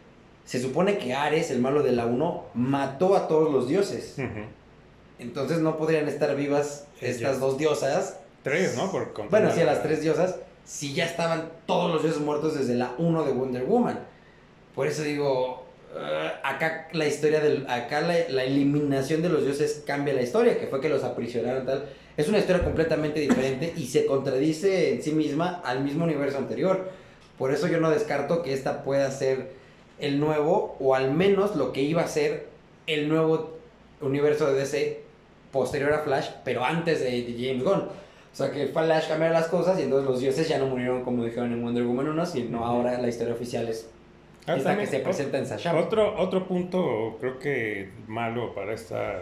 se supone que Ares, el malo de la uno, mató a todos los dioses. Uh-huh. Entonces no podrían estar vivas estas dos diosas. Tres, ¿no? Por bueno, sí, a las tres diosas, si ya estaban todos los dioses muertos desde la uno de Wonder Woman. Por eso digo, uh, acá la historia del, acá la, la eliminación de los dioses cambia la historia, que fue que los aprisionaron tal. Es una historia completamente diferente y se contradice en sí misma al mismo universo anterior. Por eso yo no descarto que esta pueda ser el nuevo, o al menos lo que iba a ser el nuevo universo de D C posterior a Flash, pero antes de, de James Gunn. O sea, que Flash cambió las cosas y entonces los dioses ya no murieron como dijeron en Wonder Woman uno, sino ahora la historia oficial es ah, esta que se presenta en Shazam. Otro, otro punto, creo que malo para esta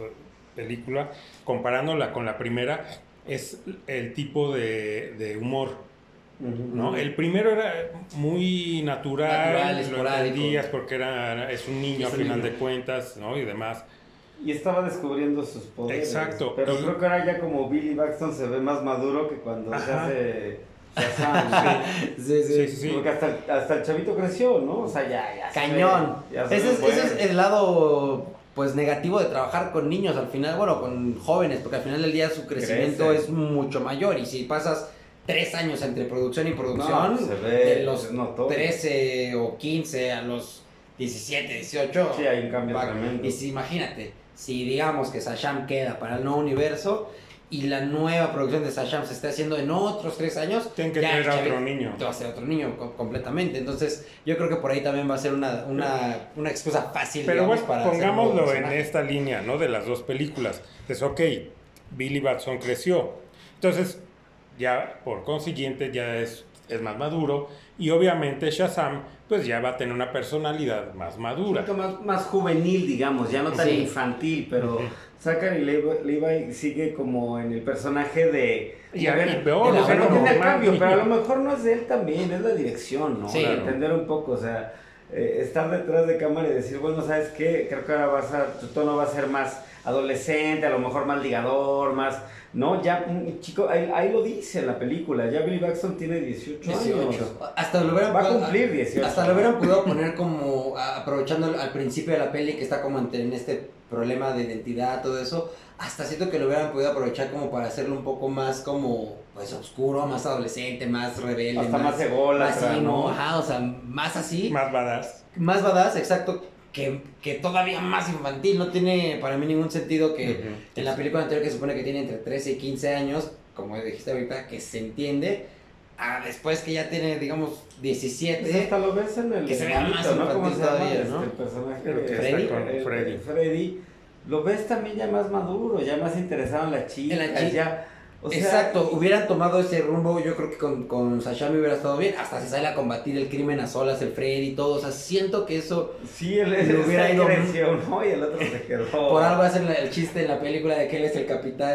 película, comparándola con la primera, es el tipo de, de humor. ¿No? El primero era muy natural, natural lo entendías porque era, es un niño es a final niño. de cuentas, ¿no? Y demás. Y estaba descubriendo sus poderes. Exacto. Pero y... creo que ahora ya como Billy Baxton se ve más maduro que cuando Ajá. se hace Shazam. sí. Sí, sí, sí, sí, sí. Porque hasta, hasta el chavito creció, ¿no? O sea, ya, ya Cañón. Se ve, ya se ese, ve es, bueno. ese es el lado pues negativo de trabajar con niños al final, bueno, con jóvenes, porque al final del día su crecimiento Crece. es mucho mayor y si pasas tres años entre producción y producción, no, se ve, de los trece o quince a los diecisiete, dieciocho. Sí, hay un cambio tremendo. Y si, imagínate, si digamos que Shazam queda para el nuevo universo y la nueva producción de Shazam se está haciendo en otros tres años, tienen que tener a otro niño. Va a ser otro niño co- completamente. Entonces, yo creo que por ahí también va a ser una, una, una excusa fácil. Pero digamos, bueno, para pongámoslo en esta línea, ¿no? De las dos películas. Es ok, Billy Batson creció. Entonces, ya por consiguiente ya es, es más maduro y obviamente Shazam pues ya va a tener una personalidad más madura. Un poquito más, más juvenil, digamos, ya no tan sí. infantil, pero uh-huh. Zachary Levi, Levi sigue como en el personaje de... Y a ver, peor, o sea, no tiene el cambio, pero a lo mejor no es de él también, es la dirección, ¿no? Sí, Para ¿no? entender un poco, o sea, eh, estar detrás de cámara y decir, bueno, ¿sabes qué? Creo que ahora vas a, tu tono va a ser más adolescente, a lo mejor más ligador, más... No, ya, chico, ahí, ahí lo dice en la película, ya Billy Baxton tiene dieciocho años. Hasta lo hubieran va a cumplir dieciocho. Hasta lo hubieran podido poner como, aprovechando al principio de la peli que está como en este problema de identidad, todo eso, hasta siento que lo hubieran podido aprovechar como para hacerlo un poco más como, pues, oscuro, más adolescente, más rebelde. Hasta más ególatra, más ¿no? Ajá, o sea, más así. Más badass. Más badass, exacto. Que, que todavía más infantil, no tiene para mí ningún sentido que uh-huh. en la película anterior que se supone que tiene entre trece y quince años, como dijiste ahorita, que se entiende, a después que ya tiene, digamos, diecisiete, pues hasta lo ves en el que se vea más ¿no? infantil se todavía, llama, ¿no? Este, el personaje que Freddy, está con el, Freddy. El Freddy, lo ves también ya más maduro, ya más interesado en la chica, en la chica. ya... O sea, exacto, hubieran tomado ese rumbo, yo creo que con, con Shazam hubiera estado bien, hasta se sale a combatir el crimen a solas, el Freddy y todo, o sea, siento que eso... Sí, él es hubiera ido creció, ¿no? Y el otro se quedó... Por algo hacen el chiste en la película de que él es el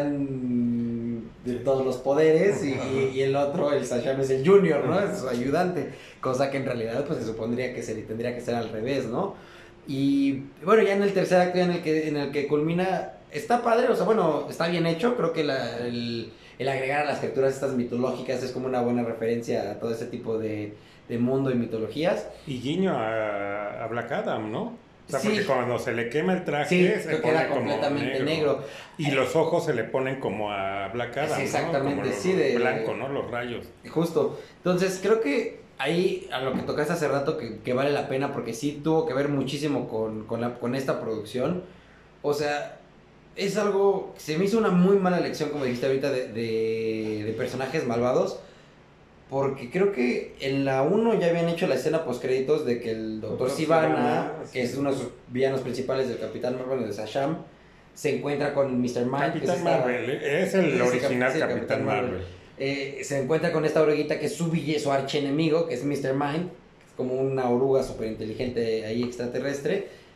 capitán de todos los poderes y, y, y el otro, el Shazam, es el junior, ¿no? Es su ayudante, cosa que en realidad pues se supondría que se tendría que ser al revés, ¿no? Y bueno, ya en el tercer acto en el que, en el que culmina... Está padre, o sea, bueno, está bien hecho, creo que la, el, el agregar a las criaturas estas mitológicas es como una buena referencia a todo ese tipo de, de mundo y mitologías. Y guiño a, a Black Adam, ¿no? O sea, sí. porque cuando se le quema el traje, sí, se creo que pone era completamente como negro. negro. Y los ojos se le ponen como a Black Adam, sí, exactamente, ¿no? Como sí, de blanco, ¿no? Los rayos. Justo. Entonces, creo que ahí, a lo que tocaste hace rato, que, que vale la pena, porque sí tuvo que ver muchísimo con, con, la, con esta producción. O sea... Es algo, se me hizo una muy mala elección, como dijiste ahorita, de, de, de personajes malvados, porque creo que en la uno ya habían hecho la escena postcréditos de que el doctor Sivana, sí. que es uno de sus villanos principales del Capitán Marvel, de Shazam, se encuentra con mister Mind. Capitán que es, Marvel, esta, es el es original el, Capitán, Capitán Marvel. Marvel. Eh, se encuentra con esta oruguita que es su, su archienemigo, que es mister Mind, que es como una oruga súper inteligente ahí extraterrestre.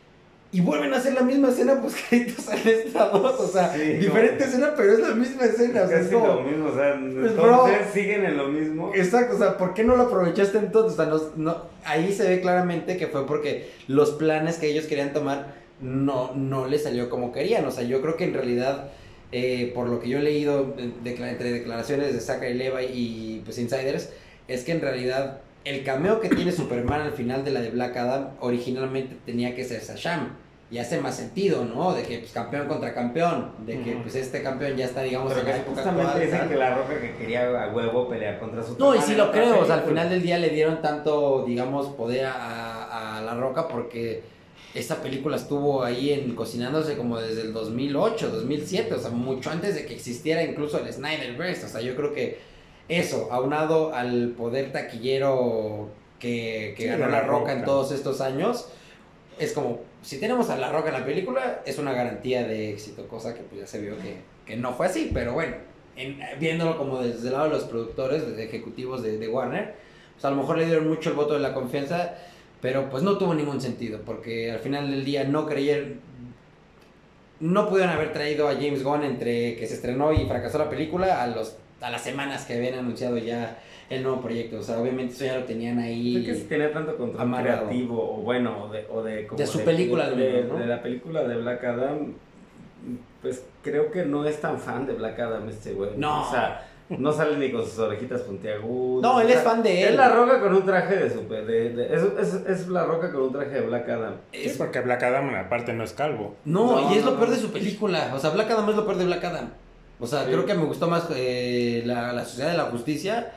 Y vuelven a hacer la misma escena, pues créditos al esta dos, o sea, Sí, diferente no. escena, pero es la misma escena, o sea, es Casi como... lo mismo, o sea, Pues, entonces bro, siguen en lo mismo. Exacto, o sea, ¿por qué no lo aprovechaste entonces? O sea, no, no, ahí se ve claramente que fue porque los planes que ellos querían tomar no, no les salió como querían. O sea, yo creo que en realidad, eh, por lo que yo he leído de, de, entre declaraciones de Zachary Levi y pues insiders, es que en realidad el cameo que tiene Superman al final de la de Black Adam originalmente tenía que ser Shazam. Y hace más sentido, ¿no? De que pues campeón contra campeón, de que pues este campeón ya está, digamos, Pero en la que época justamente actual. dicen ¿tal? que la Roca que quería a huevo pelear contra su No, y sí lo creo, o sea, al final del día le dieron tanto, digamos, poder a, a La Roca porque esta película estuvo ahí en cocinándose como desde el dos mil ocho, dos mil siete, o sea, mucho antes de que existiera incluso el Snyderverse, o sea, yo creo que eso, aunado al poder taquillero que, que Sí, ganó de La La Roca Roca. en todos estos años, es como, si tenemos a La Roca en la película, es una garantía de éxito, cosa que pues ya se vio que, que no fue así, pero bueno, en, viéndolo como desde el lado de los productores, de ejecutivos de, de Warner, pues a lo mejor le dieron mucho el voto de la confianza, pero pues no tuvo ningún sentido, porque al final del día no creyeron, no pudieron haber traído a James Gunn entre que se estrenó y fracasó la película a los a las semanas que habían anunciado ya el nuevo proyecto, o sea, obviamente eso ya lo tenían ahí. Creo que si tenía tanto control amarrado. creativo, o bueno, o de, o de, como De su película, de, al de, menos, ¿no? de la película de Black Adam, pues creo que no es tan fan de Black Adam este güey. No. O sea, no sale ni con sus orejitas puntiagudas. No, él o sea, es fan de él. Es La Roca con un traje de super, de, de- es, es, es La Roca con un traje de Black Adam. Sí, porque Black Adam aparte no es calvo. No, No, y es lo no, peor no. de su película. O sea, Black Adam es lo peor de Black Adam. O sea, Sí. creo que me gustó más eh, la, la Sociedad de la Justicia.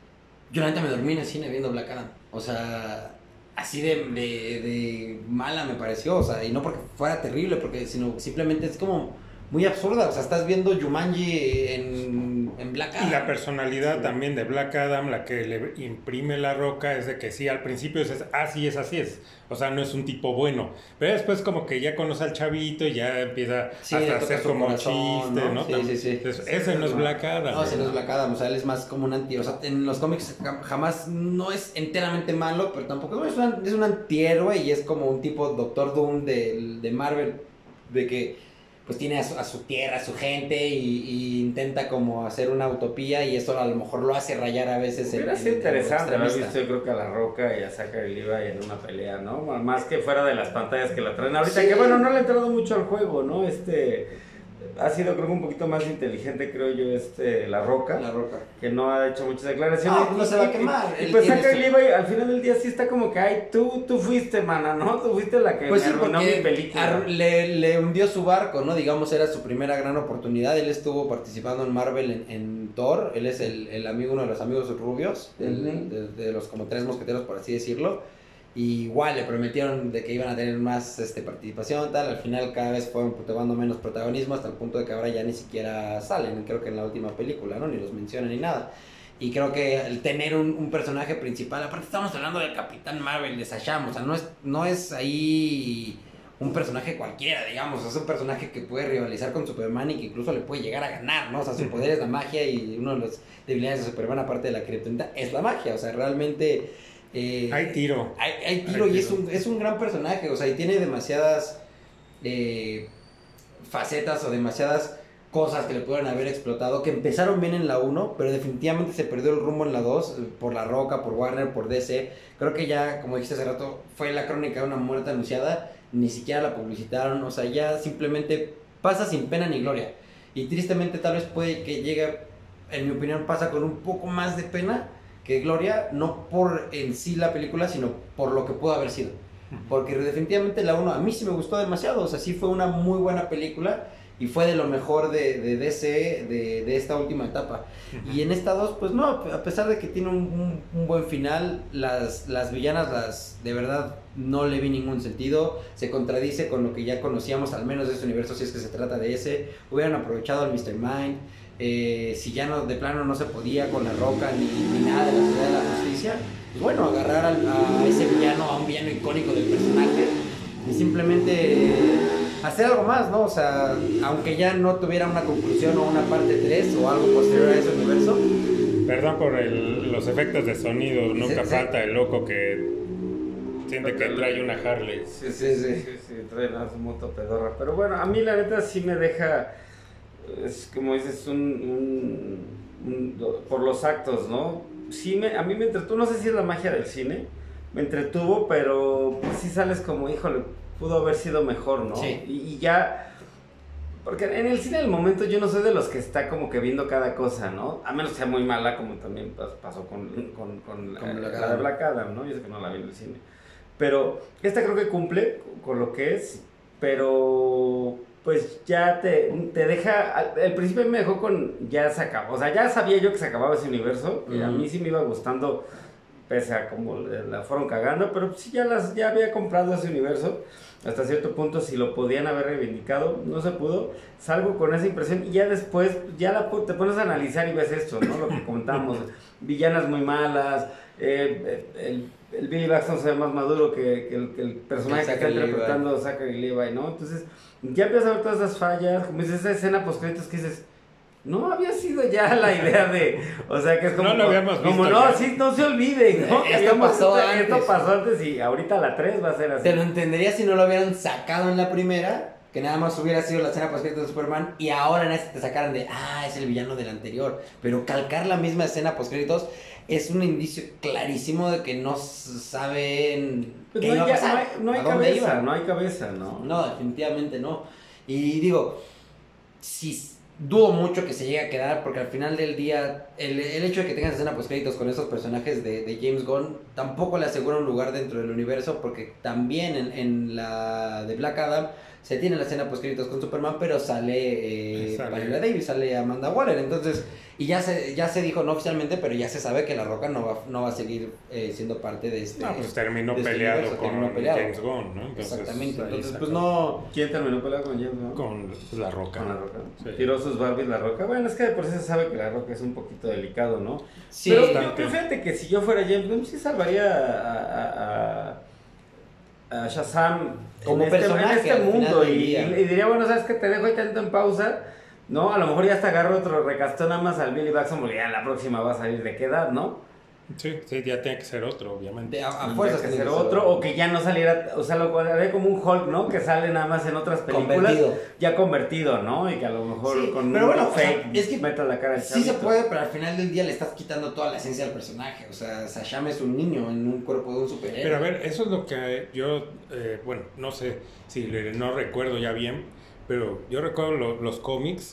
Yo la neta me dormí en el cine viendo Black Adam. O sea, así de, de, de mala me pareció. O sea, y no porque fuera terrible, porque sino simplemente es como muy absurda. O sea, estás viendo Jumanji en, en Black Adam. Y la personalidad Sí. también de Black Adam, la que le imprime La Roca, es de que sí, al principio es así, es así es. O sea, no es un tipo bueno. Pero después como que ya conoce al chavito y ya empieza Sí, hasta le a toca hacer su como corazón, chiste, ¿no? ¿no? Sí, sí, sí. Entonces, ese no es Black Adam. No, ese no es Black Adam, o sea, él es más como un anti... O sea, en los cómics jam- jamás no es enteramente malo, pero tampoco es, una- es un antihéroe y es como un tipo Doctor Doom de, de Marvel, de que pues tiene a su, a su tierra, a su gente y, y intenta como hacer una utopía y eso a lo mejor lo hace rayar a veces en, Hubiera en- sido en lo interesante haber extremista. visto, yo creo que a La Roca y a Zachary Levi en una pelea, ¿no? Más que fuera de las pantallas que la traen ahorita, Sí. que bueno, no le ha entrado mucho al juego, ¿no? Este, ha sido creo que un poquito más inteligente, creo yo, este, La Roca, La Roca. que no ha hecho muchas declaraciones. No, pues no se va a quemar. Y, Él pues tiene Zachary su- Levi al final del día sí está como que, ay, tú, tú fuiste, mana, ¿no? Tú fuiste la que Pues me sí, arruinó mi porque película. ar- le, le hundió su barco, ¿no? Digamos, era su primera gran oportunidad. Él estuvo participando en Marvel en, en Thor. Él es el, el amigo, uno de los amigos rubios, del- Ujú. de, de los como tres mosqueteros, por así decirlo. Y igual le prometieron de que iban a tener más este, participación, tal. Al final cada vez fueron tomando menos protagonismo hasta el punto de que ahora ya ni siquiera salen, creo que en la última película, ¿no? Ni los mencionan ni nada. Y creo que el tener un, un personaje principal, aparte estamos hablando del Capitán Marvel, de Shazam, o sea, no es, no es ahí un personaje cualquiera, digamos, es un personaje que puede rivalizar con Superman y que incluso le puede llegar a ganar, ¿no? O sea, su poder es la magia y una de las debilidades de Superman, aparte de la kriptonita, es la magia, o sea, realmente... eh, Hay tiro. hay, hay tiro Hay y es tiro. un, es un gran personaje, o sea, y tiene demasiadas eh, facetas o demasiadas cosas que le pudieron haber explotado, que empezaron bien en la uno, pero definitivamente se perdió el rumbo en la dos, eh, por La Roca, por Warner, por D C. Creo que ya, como dijiste hace rato, fue la crónica de una muerte anunciada, ni siquiera la publicitaron, o sea, ya simplemente pasa sin pena ni gloria. Y tristemente tal vez puede que llegue, en mi opinión, pasa con un poco más de pena que gloria, no por en sí la película, sino por lo que pudo haber sido. Porque definitivamente la uno a mí sí me gustó demasiado, o sea, sí fue una muy buena película y fue de lo mejor de, de D C de, de esta última etapa. Y en esta dos, pues no, a pesar de que tiene un, un, un buen final, las, las villanas, las de verdad no le vi ningún sentido, se contradice con lo que ya conocíamos, al menos de este universo, si es que se trata de ese. Hubieran aprovechado al míster Mind, eh, si ya no, de plano no se podía con La Roca ni, ni nada de la Ciudad de la Justicia, pues bueno, agarrar al, a ese villano, a un villano icónico del personaje y simplemente hacer algo más, ¿no? O sea, aunque ya no tuviera una conclusión o una parte tres o algo posterior a ese universo. Perdón por el- los efectos de sonido, nunca Sí, sí. falta el loco que siente que trae una Harley. Sí, sí, sí, sí, sí, trae una moto pedorra. Pero bueno, a mí la neta sí me deja, es como dices, un, un, un por los actos, ¿no? Sí, me, a mí me entretuvo, no sé si es la magia del cine, me entretuvo, pero pues sí sales como, híjole, pudo haber sido mejor, ¿no? Sí. Y, y ya... Porque en el cine del momento yo no soy de los que está como que viendo cada cosa, ¿no? A menos que sea muy mala, como también pasó con, con, con, con la, Black la de Black Adam, ¿no? Yo sé que no la vi en el cine. Pero esta creo que cumple con lo que es, pero pues ya te, te deja... Al principio me dejó con... Ya se acabó, o sea, ya sabía yo que se acababa ese universo, y a mí sí me iba gustando, pese a como la fueron cagando, pero sí ya, las, ya había comprado ese universo. Hasta cierto punto, si lo podían haber reivindicado, no se pudo. Salgo con esa impresión y ya después, ya la, te pones a analizar y ves esto, ¿no? Lo que contamos, villanas muy malas, eh, el, el Billy Batson se ve más maduro que, que, el, que el personaje que está interpretando Zachary Levi, ¿no? Entonces, ya empiezas a ver todas esas fallas, como dices, esa escena post-créditos que dices... No había sido ya la idea de, o sea, que es como, no lo habíamos visto como no, ya. sí, no se olviden, ¿no? Esto pasó esto, antes. Esto pasó antes y ahorita la tres va a ser así. Te lo entendería si no lo hubieran sacado en la primera, que nada más hubiera sido la escena post-créditos de Superman, y ahora en esta te sacaran de, ah, es el villano del anterior. Pero calcar la misma escena post-créditos es un indicio clarísimo de que no saben Pues qué no, iba a hay, pasar, no hay, no hay a dónde cabeza, iban. no hay cabeza, ¿no? No, definitivamente no. Y digo, si dudo mucho que se llegue a quedar, porque al final del día, el, el hecho de que tengas escena post-créditos con esos personajes de, de James Gunn tampoco le asegura un lugar dentro del universo, porque también en, en la de Black Adam se tiene la escena post-créditos con Superman, pero sale, eh, Sale. Viola Davis, sale Amanda Waller, entonces, y ya se, ya se dijo no oficialmente, pero ya se sabe que La Roca no va, no va a seguir eh, siendo parte de este... No, pues terminó de este peleado universo, con terminó peleado. James Gunn, ¿no? Entonces, Exactamente, ahí entonces sacó- pues no... ¿Quién terminó peleado con James, no? Con pues, La Roca. Con La Roca. Sí. Tiró sus Barbies La Roca. Bueno, es que de por sí se sabe que La Roca es un poquito delicado, ¿no? Sí, Pero yo, bastante. yo fíjate que si yo fuera James Gunn, sí salvaría a, a, a, a Shazam Como en este, personaje, en este al final mundo. del Y, día. y diría, bueno, ¿sabes qué? Te dejo ahí tanto en pausa, ¿no? A lo mejor ya hasta agarro otro recastón nada más al Billy Batson, porque ya la próxima va a salir de qué edad, ¿no? Sí, sí, ya tiene que ser otro, obviamente. De- a, a Tendría fuerzas que tiene ser que ser otro, o que ya no saliera, o sea, lo haré como un Hulk, ¿no? Que sale nada más en otras películas, Convertido. ya convertido, ¿no? Y que a lo mejor Sí, con pero un bueno, o sea, fake es que meta la cara al Sí se chavito. puede, pero al final del día le estás quitando toda la esencia del personaje. O sea, Shazam es un niño en un cuerpo de un superhéroe. Pero a ver, eso es lo que yo, eh, bueno, no sé si le- no recuerdo ya bien, pero yo recuerdo lo- los cómics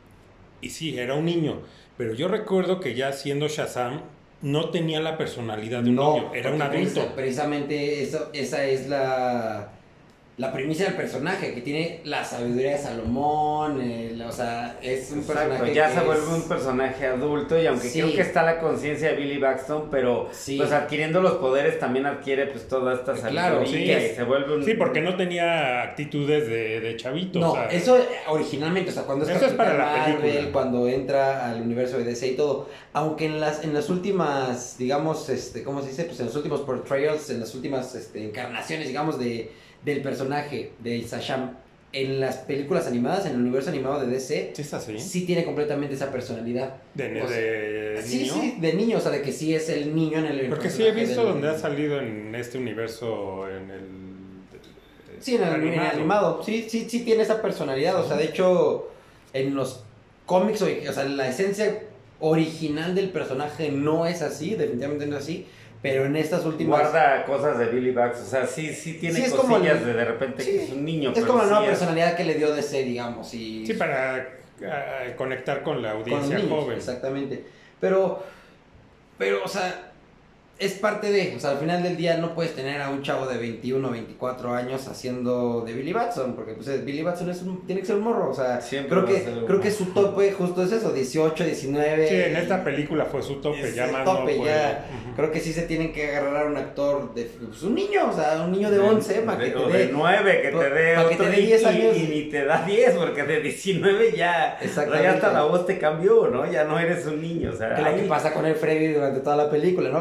y sí, era un niño, pero yo recuerdo que ya siendo Shazam no tenía la personalidad de un niño, era un porque adulto. precisa- Precisamente eso, esa es la, la premisa del personaje, que tiene la sabiduría de Salomón, el- o sea, es un Exacto, personaje ya que se es- vuelve un personaje adulto y aunque Sí. creo que está la conciencia de Billy Baxton, pero Sí. pues adquiriendo los poderes también adquiere pues toda esta Claro, sabiduría sí. y se vuelve un... Sí, porque no tenía actitudes de, de chavito. No, o sea, eso eh, originalmente, o sea, cuando es Eso es para Capitán la Marvel, película. cuando entra al universo de D C y todo, aunque en las en las últimas, digamos, este, ¿cómo se dice? Pues en los últimos portrayals, en las últimas este, encarnaciones, digamos, de del personaje de Shazam en las películas animadas, en el universo animado de D C, ¿Sí es así? sí tiene completamente esa personalidad. ¿De, O sea, de sí, niño? sí, de niño, o sea, de que sí es el niño en el Porque sí he personaje visto del- donde ha salido en este universo, en el... Sí, en el animado. En el animado. Sí, sí, sí tiene esa personalidad. O sea, de hecho, en los cómics, o sea, la esencia original del personaje no es así, definitivamente no es así. Pero en estas últimas. Guarda cosas de Billy Baxton, o sea, sí, sí tiene Sí, es como cosillas el- de de repente sí, que es un niño. Es pero como la sí nueva es- personalidad que le dio D C, digamos. Y Sí, para ah, conectar con la con audiencia niños, joven. exactamente. Pero, pero, o sea, es parte de, o sea, al final del día no puedes tener a un chavo de veintiuno, veinticuatro años haciendo de Billy Batson, porque pues Billy Batson es un, tiene que ser un morro, o sea, Siempre creo va que a ser un creo que morro. su tope justo es eso, dieciocho, diecinueve. Sí, en esta película fue su tope, es ya el más tope, no puede. ya. Ujú. Creo que sí se tienen que agarrar a un actor de pues, un niño, o sea, un niño de once para que de, te o dé de nueve que te dé pa' que otro te dé y- diez y- años. y ni te da diez porque de diecinueve ya, Exactamente. ya hasta la voz te cambió, ¿no? Ya no eres un niño, o sea, que lo que ahí- pasa con el Freddy durante toda la película, ¿no? Que juegan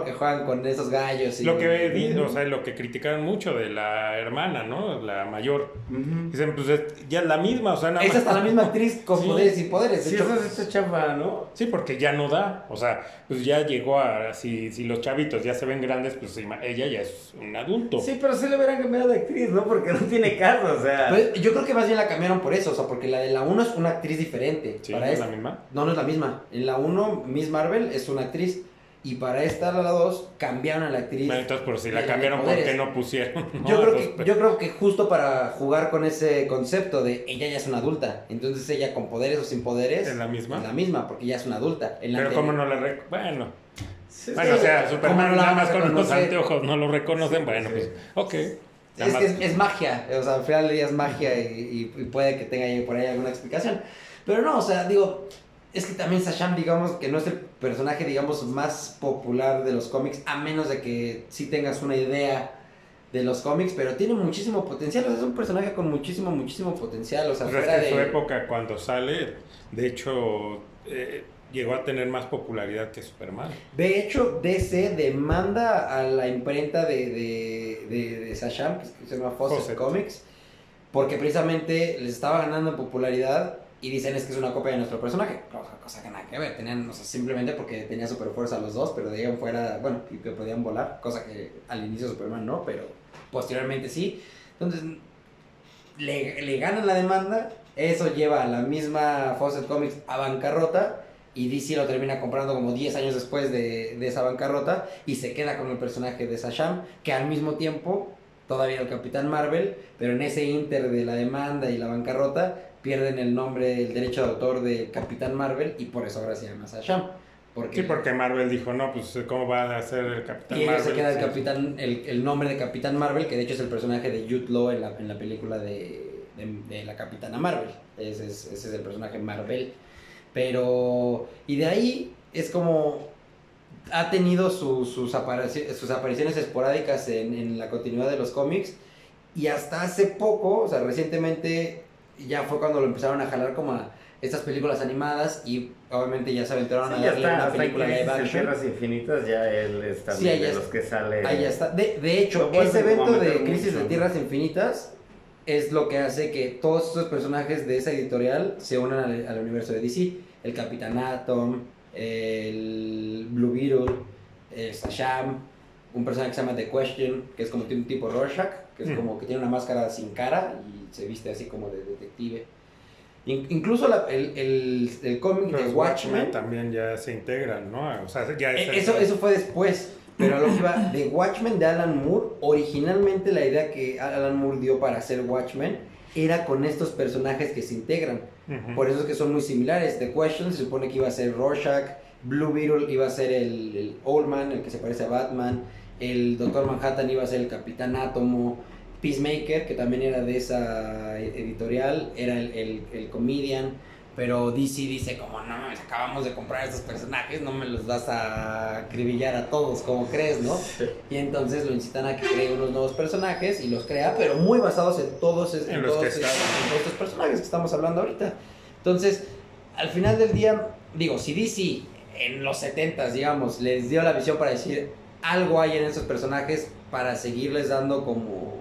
juegan con esos gallos. Y... Lo que di- o sea, lo que criticaron mucho de la hermana, ¿no? La mayor. Ujú. Dicen, pues es- ya es la misma, o sea, nada Es más. hasta la misma actriz con Sí. poderes y poderes. De Sí, hecho, eso es esta chafa, ¿no? Sí, porque ya no da. O sea, pues ya llegó a. Si, si los chavitos ya se ven grandes, pues ima- ella ya es un adulto. Sí, pero sí le hubieran cambiado de actriz, ¿no? Porque no tiene caso, o sea. pues, yo creo que más bien la cambiaron por eso, o sea, porque la de la uno es una actriz diferente. Sí, para ¿no es esta- la misma? No, no es la misma. En la uno, Miss Marvel es una actriz. Y para esta, la dos, cambiaron a la actriz. Bueno, entonces, por si de la de cambiaron, ¿por poderes. qué no pusieron? ¿no? Yo a creo, dos que, pe- yo creo que justo para jugar con ese concepto de ella ya es una adulta. Entonces ella con poderes o sin poderes. ¿Es la misma? Es la misma, porque ya es una adulta. En la Pero, anterior- ¿cómo no la rec... Bueno, Sí, bueno, sí. o sea, ¿cómo Superman no la nada van a más con los reconocer? anteojos no lo reconocen. Sí, bueno, sí. pues, ok. Nada Es más- que es, es magia, o sea, al final del día es magia y, y- y puede que tenga ahí por ahí alguna explicación. Pero no, o sea, digo, es que también Shazam, digamos, que no es el personaje, digamos, más popular de los cómics, a menos de que sí tengas una idea de los cómics, pero tiene muchísimo potencial, o sea, es un personaje con muchísimo, muchísimo potencial, o sea, Pues es fuera que en su de... época, cuando sale, de hecho, eh, llegó a tener más popularidad que Superman. De hecho, D C demanda a la imprenta de, de, de, de Shazam, que se llama Fawcett, Fawcett. Comics, porque precisamente les estaba ganando en popularidad y dicen es que es una copia de nuestro personaje. Cosa, cosa que nada que ver, tenían, o sea, simplemente porque tenía super fuerza los dos, pero de ahí en fuera, bueno, y que podían volar, cosa que al inicio Superman no, pero posteriormente sí. Entonces, le, le ganan la demanda, eso lleva a la misma Fawcett Comics a bancarrota. Y D C lo termina comprando como diez años después de, de esa bancarrota y se queda con el personaje de Shazam, que al mismo tiempo, todavía el Capitán Marvel, pero en ese inter de la demanda y la bancarrota, pierden el nombre, el derecho de autor de Capitán Marvel y por eso ahora se llama Shazam. Porque, Sí, porque Marvel dijo, no, pues, ¿cómo va a ser el Capitán y ellos Marvel? se queda el, Sí. Capitán, el, el nombre de Capitán Marvel, que de hecho es el personaje de Jude Law en la, en la película de, de, de la Capitana Marvel. Ese es, ese es el personaje Marvel. Pero, y de ahí es como ha tenido su- sus, aparici- sus apariciones esporádicas en, en la continuidad de los cómics y hasta hace poco, o sea, recientemente ya fue cuando lo empezaron a jalar como a estas películas animadas y obviamente ya se aventuraron Sí, a ya darle está, una hasta película en live Crisis en action. Tierras Infinitas ya él es Sí, también ahí de es- los que sale. Ahí ya está. De, de hecho, Lo vuelven ese como a evento meter de Crisis mucho, de ¿no? Tierras Infinitas es lo que hace que todos estos personajes de esa editorial se unan al, al universo de D C. El Capitán Atom, el Blue Beetle, el Shazam, un personaje que se llama The Question, que es como un tipo Rorschach, que es Mm. como que tiene una máscara sin cara y se viste así como de detective. In- incluso la- el, el, el cómic de Los Watchmen, también ya se integran, ¿no? O sea, ya es eh, el- Eso, eso fue después, pero a lo que iba, de Watchmen de Alan Moore, originalmente la idea que Alan Moore dio para hacer Watchmen era con estos personajes que se integran. Ujú. Por eso es que son muy similares. The Question se supone que iba a ser Rorschach, Blue Beetle iba a ser el, el Old Man, el que se parece a Batman, el Doctor Manhattan iba a ser el Capitán Átomo, Peacemaker, que también era de esa editorial, era el, el, el Comedian. Pero D C dice como, no mames, acabamos de comprar estos personajes, no me los vas a acribillar a todos, como crees, ¿no? Y entonces lo incitan a que cree unos nuevos personajes y los crea, pero muy basados en todos, es- En en los todos que es- estaban. en todos estos personajes que estamos hablando ahorita. Entonces, al final del día, digo, si D C en los setentas, digamos, les dio la visión para decir algo hay en esos personajes para seguirles dando como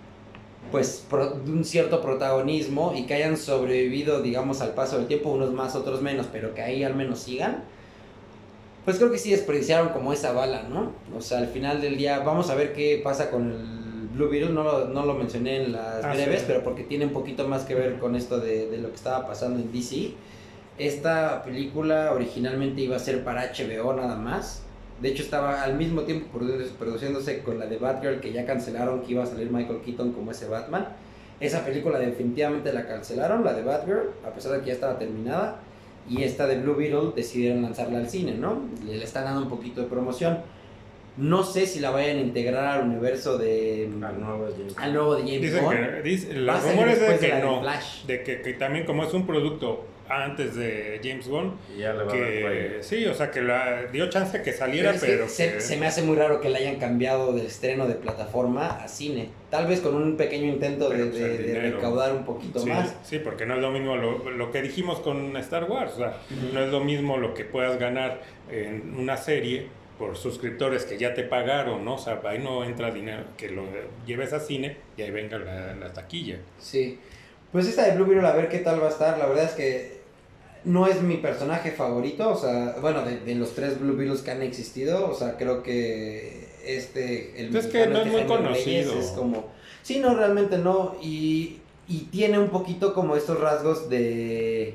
pues pro- un cierto protagonismo y que hayan sobrevivido, digamos, al paso del tiempo, unos más, otros menos, pero que ahí al menos sigan, pues creo que sí desperdiciaron como esa bala, ¿no? O sea, al final del día, vamos a ver qué pasa con el Blue Beetle, no lo, no lo mencioné en las Ah, breves, sí. pero porque tiene un poquito más que ver con esto de, de lo que estaba pasando en D C. Esta película originalmente iba a ser para H B O nada más. De hecho, estaba al mismo tiempo produ- produciéndose con la de Batgirl, que ya cancelaron, que iba a salir Michael Keaton como ese Batman. Esa película definitivamente la cancelaron, la de Batgirl, a pesar de que ya estaba terminada. Y esta de Blue Beetle decidieron lanzarla al cine, ¿no? Le, le están dando un poquito de promoción. No sé si la vayan a integrar al universo de... Al nuevo James. al nuevo de James Dicen Bond. que, dice- Va a los salir rumores de después de que la de no, Flash. de que, que también como es un producto antes de James Bond, Y ya le va a dar que cuello. sí, o sea, que la dio chance que saliera, Pero es que pero se, que- se me hace muy raro que la hayan cambiado del estreno de plataforma a cine. Tal vez con un pequeño intento de, Pero, pues, de- el de dinero. recaudar un poquito sí, más. sí, porque no es lo mismo lo, lo que dijimos con Star Wars, o sea, Ujú. no es lo mismo lo que puedas ganar en una serie por suscriptores que ya te pagaron, ¿no? O sea, ahí no entra dinero, que lo lleves a cine y ahí venga la, la taquilla. Sí. Pues esta de Blue Beetle, a ver qué tal va a estar. La verdad es que no es mi personaje favorito, o sea, bueno, de, de los tres Blue Beetles que han existido, o sea, creo que este, el Es que no es este muy Jaime conocido. Reyes es como, sí, no, realmente no, y, y tiene un poquito como estos rasgos de,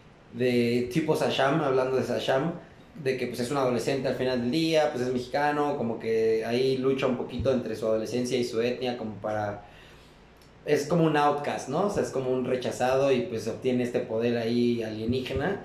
de tipo Sasham, hablando de Sasham, de que pues es un adolescente al final del día, pues es mexicano, como que ahí lucha un poquito entre su adolescencia y su etnia, como para... Es como un outcast, ¿no? O sea, es como un rechazado y pues obtiene este poder ahí alienígena.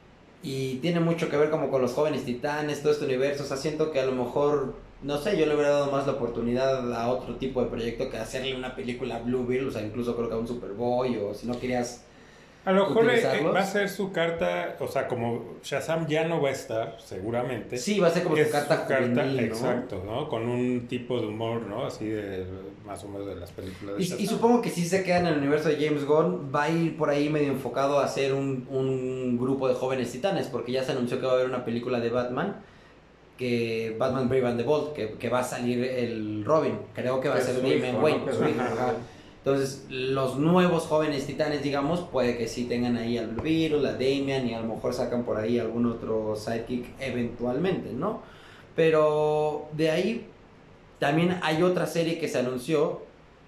Y tiene mucho que ver como con los jóvenes titanes, todo este universo. O sea, siento que a lo mejor, no sé, yo le hubiera dado más la oportunidad a otro tipo de proyecto que hacerle una película a Blue Beetle. O sea, incluso creo que a un Superboy, o si no querías A lo mejor eh, utilizarlos. va a ser su carta, o sea, como Shazam ya no va a estar, seguramente. Sí, va a ser como es su carta juvenil, ¿no? Exacto, ¿no? Con un tipo de humor, ¿no? Así de, más o menos de las películas de Y, Shazam. y supongo que si se queda en el universo de James Gunn, va a ir por ahí medio enfocado a hacer un, un grupo de jóvenes titanes, porque ya se anunció que va a haber una película de Batman, que Batman Brave and the Bold, que, que va a salir el Robin, creo que va a Es ser su Damian hijo, Wayne, ¿no? Que su es- hijo, ajá. Entonces, los nuevos jóvenes titanes, digamos, puede que sí tengan ahí al Blue Beetle, a Damian, y a lo mejor sacan por ahí algún otro sidekick eventualmente, ¿no? Pero de ahí también hay otra serie que se anunció.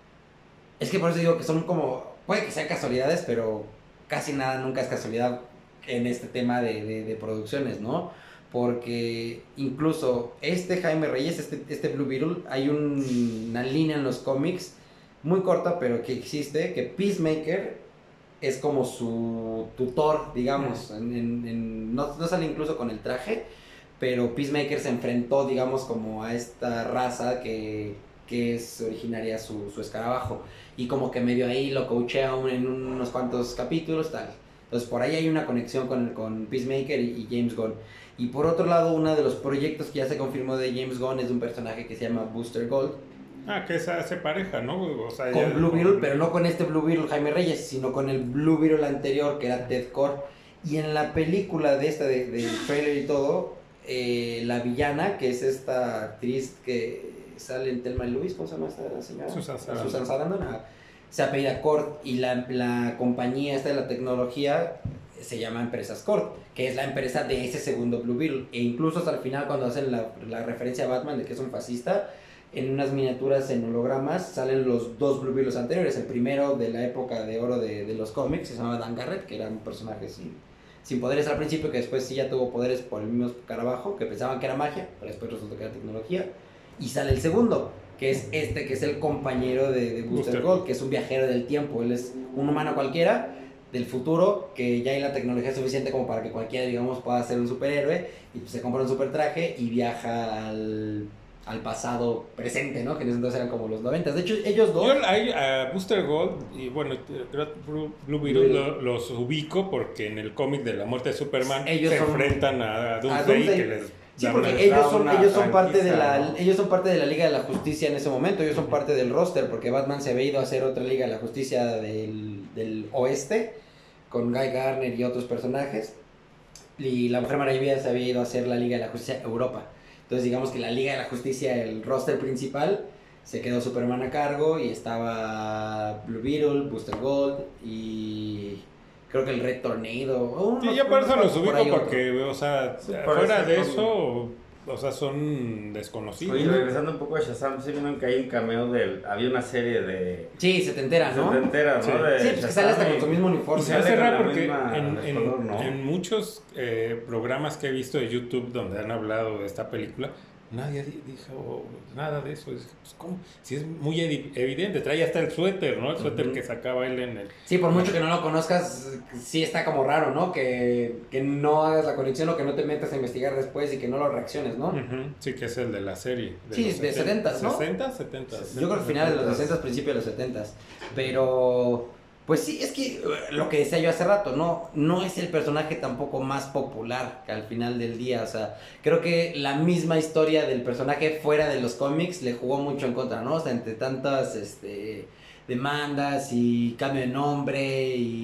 Es que por eso digo que son como, puede que sean casualidades, pero casi nada nunca es casualidad en este tema de, de, de producciones, ¿no? Porque incluso este Jaime Reyes, este, este Blue Beetle, hay un, una línea en los cómics muy corta, pero que existe, que Peacemaker es como su tutor, digamos. En, en, en, no, no sale incluso con el traje, pero Peacemaker se enfrentó, digamos, como a esta raza que, que es originaria su, su escarabajo. Y como que medio ahí lo coachea en unos cuantos capítulos, tal. Entonces por ahí hay una conexión con, con Peacemaker y, y James Gunn. Y por otro lado, uno de los proyectos que ya se confirmó de James Gunn es de un personaje que se llama Booster Gold. Ah, que esa hace pareja, ¿no? O sea, Con ya- Blue Beetle, pero no con este Blue Beetle Jaime Reyes, sino con el Blue Beetle anterior, que era Ted Core. Y en la película de esta, de, del trailer y todo, eh, la villana, que es esta actriz que sale en Thelma y Louise, ¿cómo se llama esta señora? Susan Sarandon. Susan Sarandon, ah, se apellida Cord, y la, la compañía esta de la tecnología se llama Empresas Cord, que es la empresa de ese segundo Blue Beetle. E incluso hasta el final, cuando hacen la, la referencia a Batman de que es un fascista, en unas miniaturas en hologramas salen los dos Blue Beetles anteriores. El primero de la época de oro de, de los cómics se llamaba Dan Garrett, que era un personaje sin, sin poderes al principio, que después sí ya tuvo poderes por el mismo escarabajo, que pensaban que era magia, pero después resultó que era tecnología. Y sale el segundo, que es este, que es el compañero de, de Booster, Booster. Gold, que es un viajero del tiempo. Él es un humano cualquiera del futuro, que ya hay la tecnología suficiente como para que cualquiera, digamos, pueda ser un superhéroe, y pues se compra un super traje y viaja al, al pasado presente, ¿no? Que en ese entonces eran como los noventas. De hecho, ellos dos... Yo ahí a Booster Gold y bueno, creo que Blue Blue Beetle lo- los ubico porque en el cómic de la muerte de Superman Ellos se son- enfrentan a Doomsday, Doomsday. que les Sí, dan porque una- ellos da son, una ellos son parte de franquicia, la ¿no? ellos son parte de la Liga de la Justicia en ese momento. Ellos son parte del roster, porque Batman se había ido a hacer otra Liga de la Justicia del, del oeste con Guy Garner y otros personajes, y la Mujer Maravilla se había ido a hacer la Liga de la Justicia Europa. Entonces digamos que la Liga de la Justicia, el roster principal, se quedó Superman a cargo, y estaba Blue Beetle, Booster Gold y creo que el Red Tornado. o Sí, unos- yo por eso unos los por ubico ahí porque, o sea, Sí, por fuera ese de cómic. eso, o sea, son desconocidos. Oye, regresando un poco a Shazam, sí vieron que hay un cameo del... Había una serie de... Sí, se te entera, ¿no? Se te entera, ¿no? Sí. De Sí, pues que sale hasta Shazam con su y- mismo Y uniforme. se hace sale con raro la porque misma en, de en- color, ¿no? en muchos eh, programas que he visto de YouTube donde han hablado de esta película, nadie di- dijo nada de eso. Dije, pues, ¿cómo? Si es muy edi- evidente, trae hasta el suéter, ¿no? El suéter Ujú. que sacaba él en el... Sí, por mucho que no lo conozcas, sí está como raro, ¿no? Que, que no hagas la conexión, o que no te metas a investigar después y que no lo reacciones, ¿no? Ujú, sí, que es el de la serie. Sí, los de setentas, ¿no? sesenta, setenta. Yo creo que finales de los sesentas, principios de los setentas. Pero, pues sí, es que eh, lo que decía yo hace rato, ¿no? No es el personaje tampoco más popular que al final del día. O sea, creo que la misma historia del personaje fuera de los cómics le jugó mucho en contra, ¿no? O sea, entre tantas este, demandas y cambio de nombre y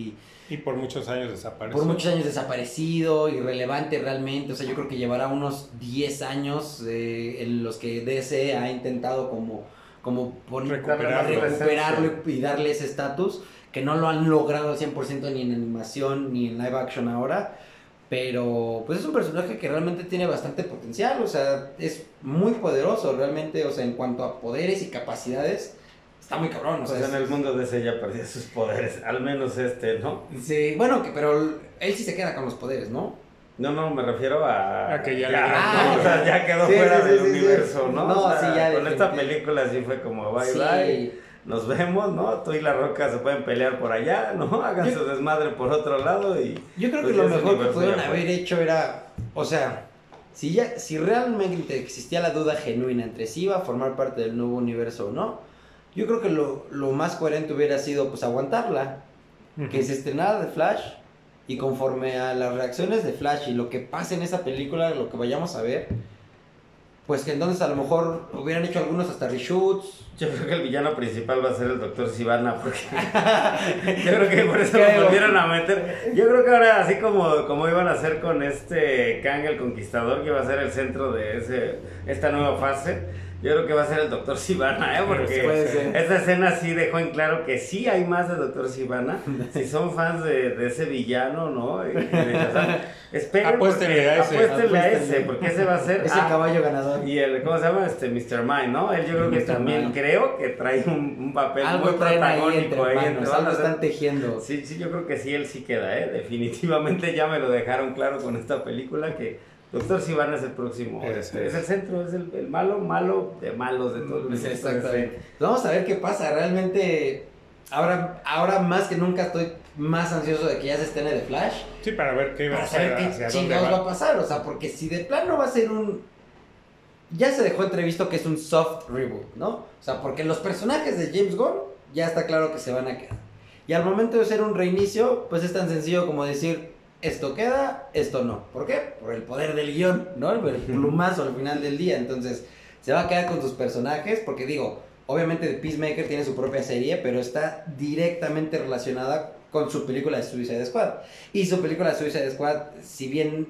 Y por muchos años desapareció. Por muchos años desaparecido, irrelevante realmente. O sea, yo creo que llevará unos diez años eh, en los que D C ha intentado como, como poner, recuperarlo, recuperarlo y darle ese estatus, que no lo han logrado al cien por ciento ni en animación ni en live action ahora. Pero pues es un personaje que realmente tiene bastante potencial. O sea, es muy poderoso realmente. O sea, en cuanto a poderes y capacidades, está muy cabrón. O sea, pues es, en el mundo de ese ya perdió sus poderes, al menos este, ¿no? Sí, bueno, que, pero él sí se queda con los poderes, ¿no? No, no, me refiero a... A que ya, ya, le- Ah, o sea, ya quedó sí, fuera sí, del sí, sí, universo, sí. ¿no? No, O sea, sí, ya, con esta definitivamente. película sí fue como bye Sí. bye, nos vemos, ¿no? Tú y La Roca se pueden pelear por allá, ¿no? Hagan Yo- su desmadre por otro lado y... Yo creo pues que ya lo ese mejor que universo pudieron ya fue. haber hecho era, o sea, si ya, si realmente existía la duda genuina entre si iba a formar parte del nuevo universo o no, yo creo que lo, lo más coherente hubiera sido pues aguantarla, Ujú. que se estrenara The Flash y conforme a las reacciones de Flash y lo que pase en esa película, lo que vayamos a ver, pues que entonces a lo mejor hubieran hecho algunos hasta reshoots. Yo creo que el villano principal va a ser el doctor Sivana, porque yo creo que por eso Creo. lo volvieron a meter. Yo creo que ahora, así como, como iban a hacer con este Kang el Conquistador, que va a ser el centro de ese, esta nueva fase, yo creo que va a ser el doctor Sivana, ¿eh? Porque Puede ser. esta escena sí dejó en claro que sí hay más de doctor Sivana. Si son fans de, de ese villano, ¿no? Y- y de- o sea, esperen, Apuéstenle porque- a ese. apuéstenle a Apuéstenle. ese, porque ese va a ser... Ese ah, caballo ganador. y el, ¿cómo se llama? Este, mister Mind, ¿no? Él yo creo que mister también, Mind. creo que trae un, un papel Algo muy traen ahí protagónico entre ahí. manos, entre- algo van a están hacer- tejiendo. Sí, sí, yo creo que sí, él sí queda, ¿eh? Definitivamente ya me lo dejaron claro con esta película que doctor Sivana es el próximo. Es- este, es. es el centro, es el, el malo, malo de malos de todo el Pues universo. exactamente. Vamos a ver qué pasa. Realmente, ahora, ahora más que nunca estoy más ansioso de que ya se estrene The Flash. Sí, para ver qué va a Para saber hacer, qué hacia dónde chingados va a va. pasar. O sea, porque si de plano va a ser un... Ya se dejó entrevisto que es un soft reboot, ¿no? O sea, porque los personajes de James Gunn ya está claro que se van a quedar. Y al momento de ser un reinicio, pues es tan sencillo como decir... Esto queda, esto no. ¿Por qué? Por el poder del guión, ¿no? El plumazo al final del día. Entonces, se va a quedar con sus personajes. Porque digo, obviamente The Peacemaker tiene su propia serie, pero está directamente relacionada con su película de Suicide Squad. Y su película de Suicide Squad, si bien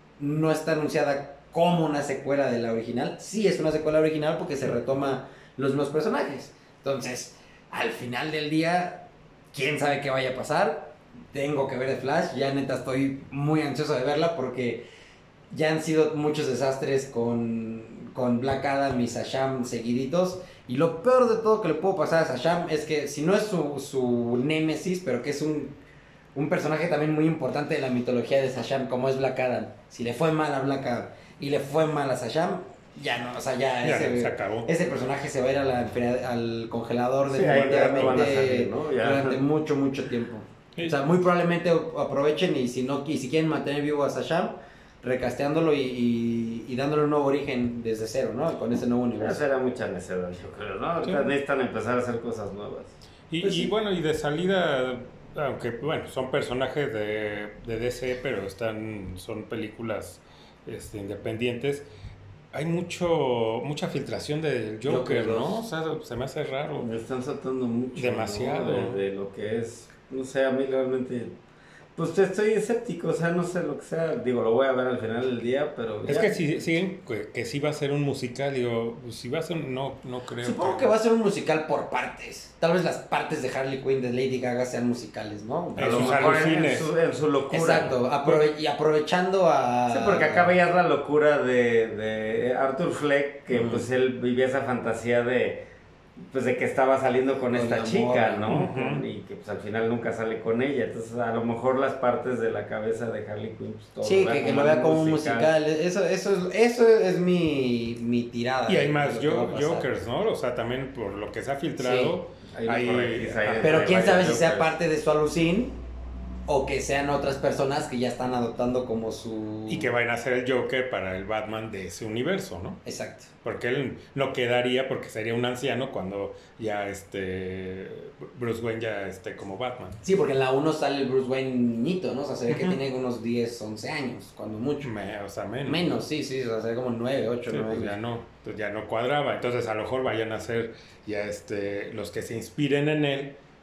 no está anunciada como una secuela de la original, sí es una secuela original porque se retoma los mismos personajes. Entonces, al final del día, quién sabe qué vaya a pasar. Tengo que ver The Flash, ya neta estoy muy ansioso de verla porque ya han sido muchos desastres con, con Black Adam y Shazam seguiditos. Y lo peor de todo que le puedo pasar a Shazam es que si no es su, su némesis, pero que es un, un personaje también muy importante de la mitología de Shazam, como es Black Adam. Si le fue mal a Black Adam y le fue mal a Shazam, ya no, o sea, ya, Ya, ese, se acabó. ese personaje se va a ir a la enfria- al congelador Sí, ahí ya no van a definitivamente salir, ¿no? Ya. durante mucho, mucho tiempo. Sí. O sea, muy probablemente aprovechen y si no y si quieren mantener vivo a Shazam, recasteándolo y, y, y dándole un nuevo origen desde cero, ¿no? Con ese nuevo Ya universo. será mucha necedad, yo creo, ¿no? Ahorita Sí. necesitan empezar a hacer cosas nuevas. Y, Pues y sí. bueno, y de salida, aunque bueno, son personajes de, de D C, pero están son películas este, independientes, hay mucho mucha filtración del Joker, Joker ¿no? dos. O sea, se me hace raro. Me están soltando mucho. Demasiado. ¿no? De, de lo que es. No sé, a mí realmente. Pues estoy escéptico, o sea, no sé lo que sea. Digo, lo voy a ver al final del día, pero. Es ya. que si siguen que, que sí va a ser un musical, digo, pues, si va a ser, no, no creo. Supongo que va a ser un musical por partes. Tal vez las partes de Harley Quinn de Lady Gaga sean musicales, ¿no? A en lo sus mejor en, alucines. su, en su locura. Exacto, aprove- y aprovechando a... Sí, porque acá veías la locura de, de Arthur Fleck, que Ujú. pues él vivía esa fantasía de pues de que estaba saliendo con, Con esta la chica, morra. ¿no? Ujú. Con- y que pues al final nunca sale con ella. Entonces a lo mejor las partes de la cabeza de Harley Quinn, pues todo Sí, lo que, que lo vea como un musical. Eso, eso, es, eso es mi, mi tirada. Y hay de más lo que va a jo- pasar. Jokers, ¿no? O sea, también por lo que se ha filtrado, Hay una hay- correctriz ahí de- Pero de quién varios sabe si sea Jokers. parte de su alucín o que sean otras personas que ya están adoptando como su... y que vayan a ser el Joker para el Batman de ese universo, ¿no? Exacto. Porque él no quedaría porque sería un anciano cuando ya este Bruce Wayne ya esté como Batman. Sí, porque en la uno sale el Bruce Wayne niñito, ¿no? O sea, se ve que Ujú. tiene unos diez, once años, cuando mucho. Me- o sea, menos. Menos, sí, sí, o sea, se ve como nueve, ocho, Sí, nueve pues ya años. no, pues ya no cuadraba. Entonces a lo mejor vayan a ser ya este los que se inspiren en él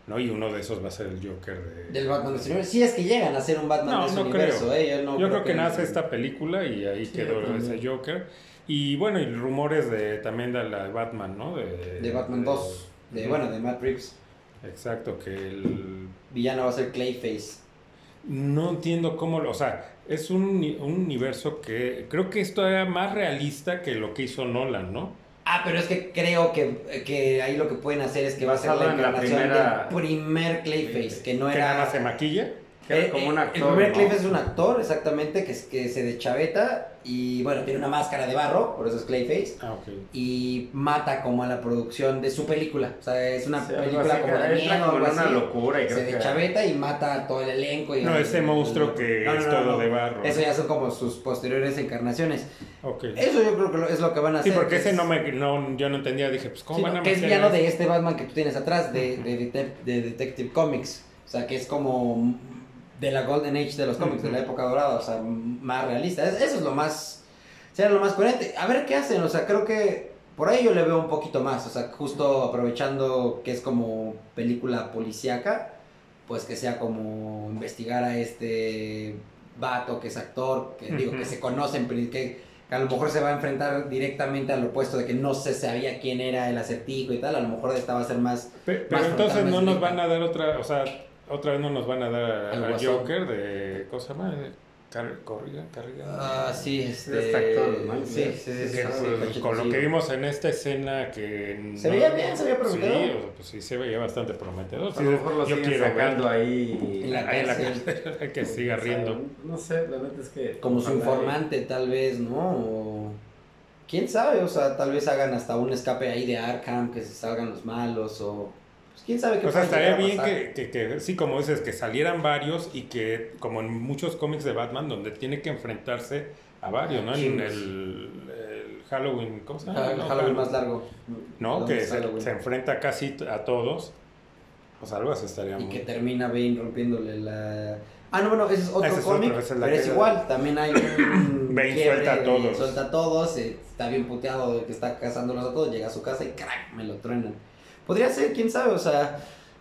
¿no? Y uno de esos va a ser el Joker de... Del Batman de ese universo. Sí, es que llegan a ser un Batman No, de ese no universo, creo. ¿eh? Yo, no Yo creo que no- nace esta película y ahí Sí, quedó yo ese también. Joker. Y bueno, y rumores de también de la de Batman, ¿no? De, De Batman dos, de, Ujú. bueno, de Matt Reeves. Exacto, que el... Villano va a ser Clayface. No entiendo cómo, lo- o sea, es un, uni- un universo que creo que es todavía más realista que lo que hizo Nolan, ¿no? Ah, pero es que creo que, que ahí lo que pueden hacer es que va a ser la Basado en la encarnación primera- del primer Clayface, que no Que era... nada más se maquilla. Que era Eh, como un eh, actor, El primer ¿no? Clayface es un actor, exactamente, que, es- que se deschaveta y, bueno, tiene una máscara de barro, por eso es Clayface, Ah, ok. y mata como a la producción de su película. O sea, es una Sí, algo película así, como que de entra miedo o como algo en una así. locura y Se creo que... deschaveta y mata a todo el elenco. Y No, el- ese el- monstruo que No, no, es no, todo no. de barro. Eso ya son como sus posteriores encarnaciones. Ok. Eso yo creo que lo- es lo que van a Sí, hacer. porque que ese es- no me, no, yo no entendía, dije, pues, ¿cómo Sí, van no, a que es meter villano a- de este Batman que tú tienes atrás, de, de, de, de Detective Comics. O sea, que es como de la Golden Age de los cómics, de la época dorada, o sea, más realista. Es- eso es lo más, será lo más coherente. A ver qué hacen, o sea, creo que por ahí yo le veo un poquito más, o sea, justo aprovechando que es como película policíaca, pues que sea como investigar a este vato que es actor, que digo, Ujú. que se conocen, pero que que a lo mejor se va a enfrentar directamente al opuesto de que no se sabía quién era el acertijo y tal, a lo mejor esta va a ser más... Pe- Pero, más entonces frontal, no más nos directa. van a dar otra, o sea, otra vez no nos van a dar Al al Guasón. Joker de, ¿cómo se llama? Car Corrigan, Carrigan. Ah, sí, este... Este actor, ¿no? Sí, sí, sí, sí, Que, sí, pues, sí, con lo sí. que vimos en esta escena que... Se no- veía bien, se veía prometedor. Sí, o sea, pues sí, se veía bastante prometedor. A Sí, lo mejor lo yo siguen quiero sacando verlo. ahí... En la Ahí en la cárcel. cárcel, que siga riendo. No sé, la neta es que... Como su ojalá- informante, tal vez, ¿no? O... ¿Quién sabe? O sea, tal vez hagan hasta un escape ahí de Arkham, que se salgan los malos, o... Pues quién sabe qué O sea, puede estaría llegar a bien pasar. que, que, que, sí, como dices, que salieran varios y que, como en muchos cómics de Batman, donde tiene que enfrentarse a varios, ¿no? En Chingos. el, el Halloween, ¿cómo se llama? Ja- No, Halloween más largo. No, ¿Dónde que es se, Halloween? se enfrenta casi a todos. Pues algo así estaría Y muy... que termina Bane rompiéndole la... Ah, no, bueno, ese es otro Ese es cómic, otro, esa es la pero es que- igual, también hay un Bane quiebre suelta a de- todos. Suelta a todos, eh, está bien puteado de que está cazándolos a todos, llega a su casa y crack, me lo truenan. Podría ser, quién sabe, o sea,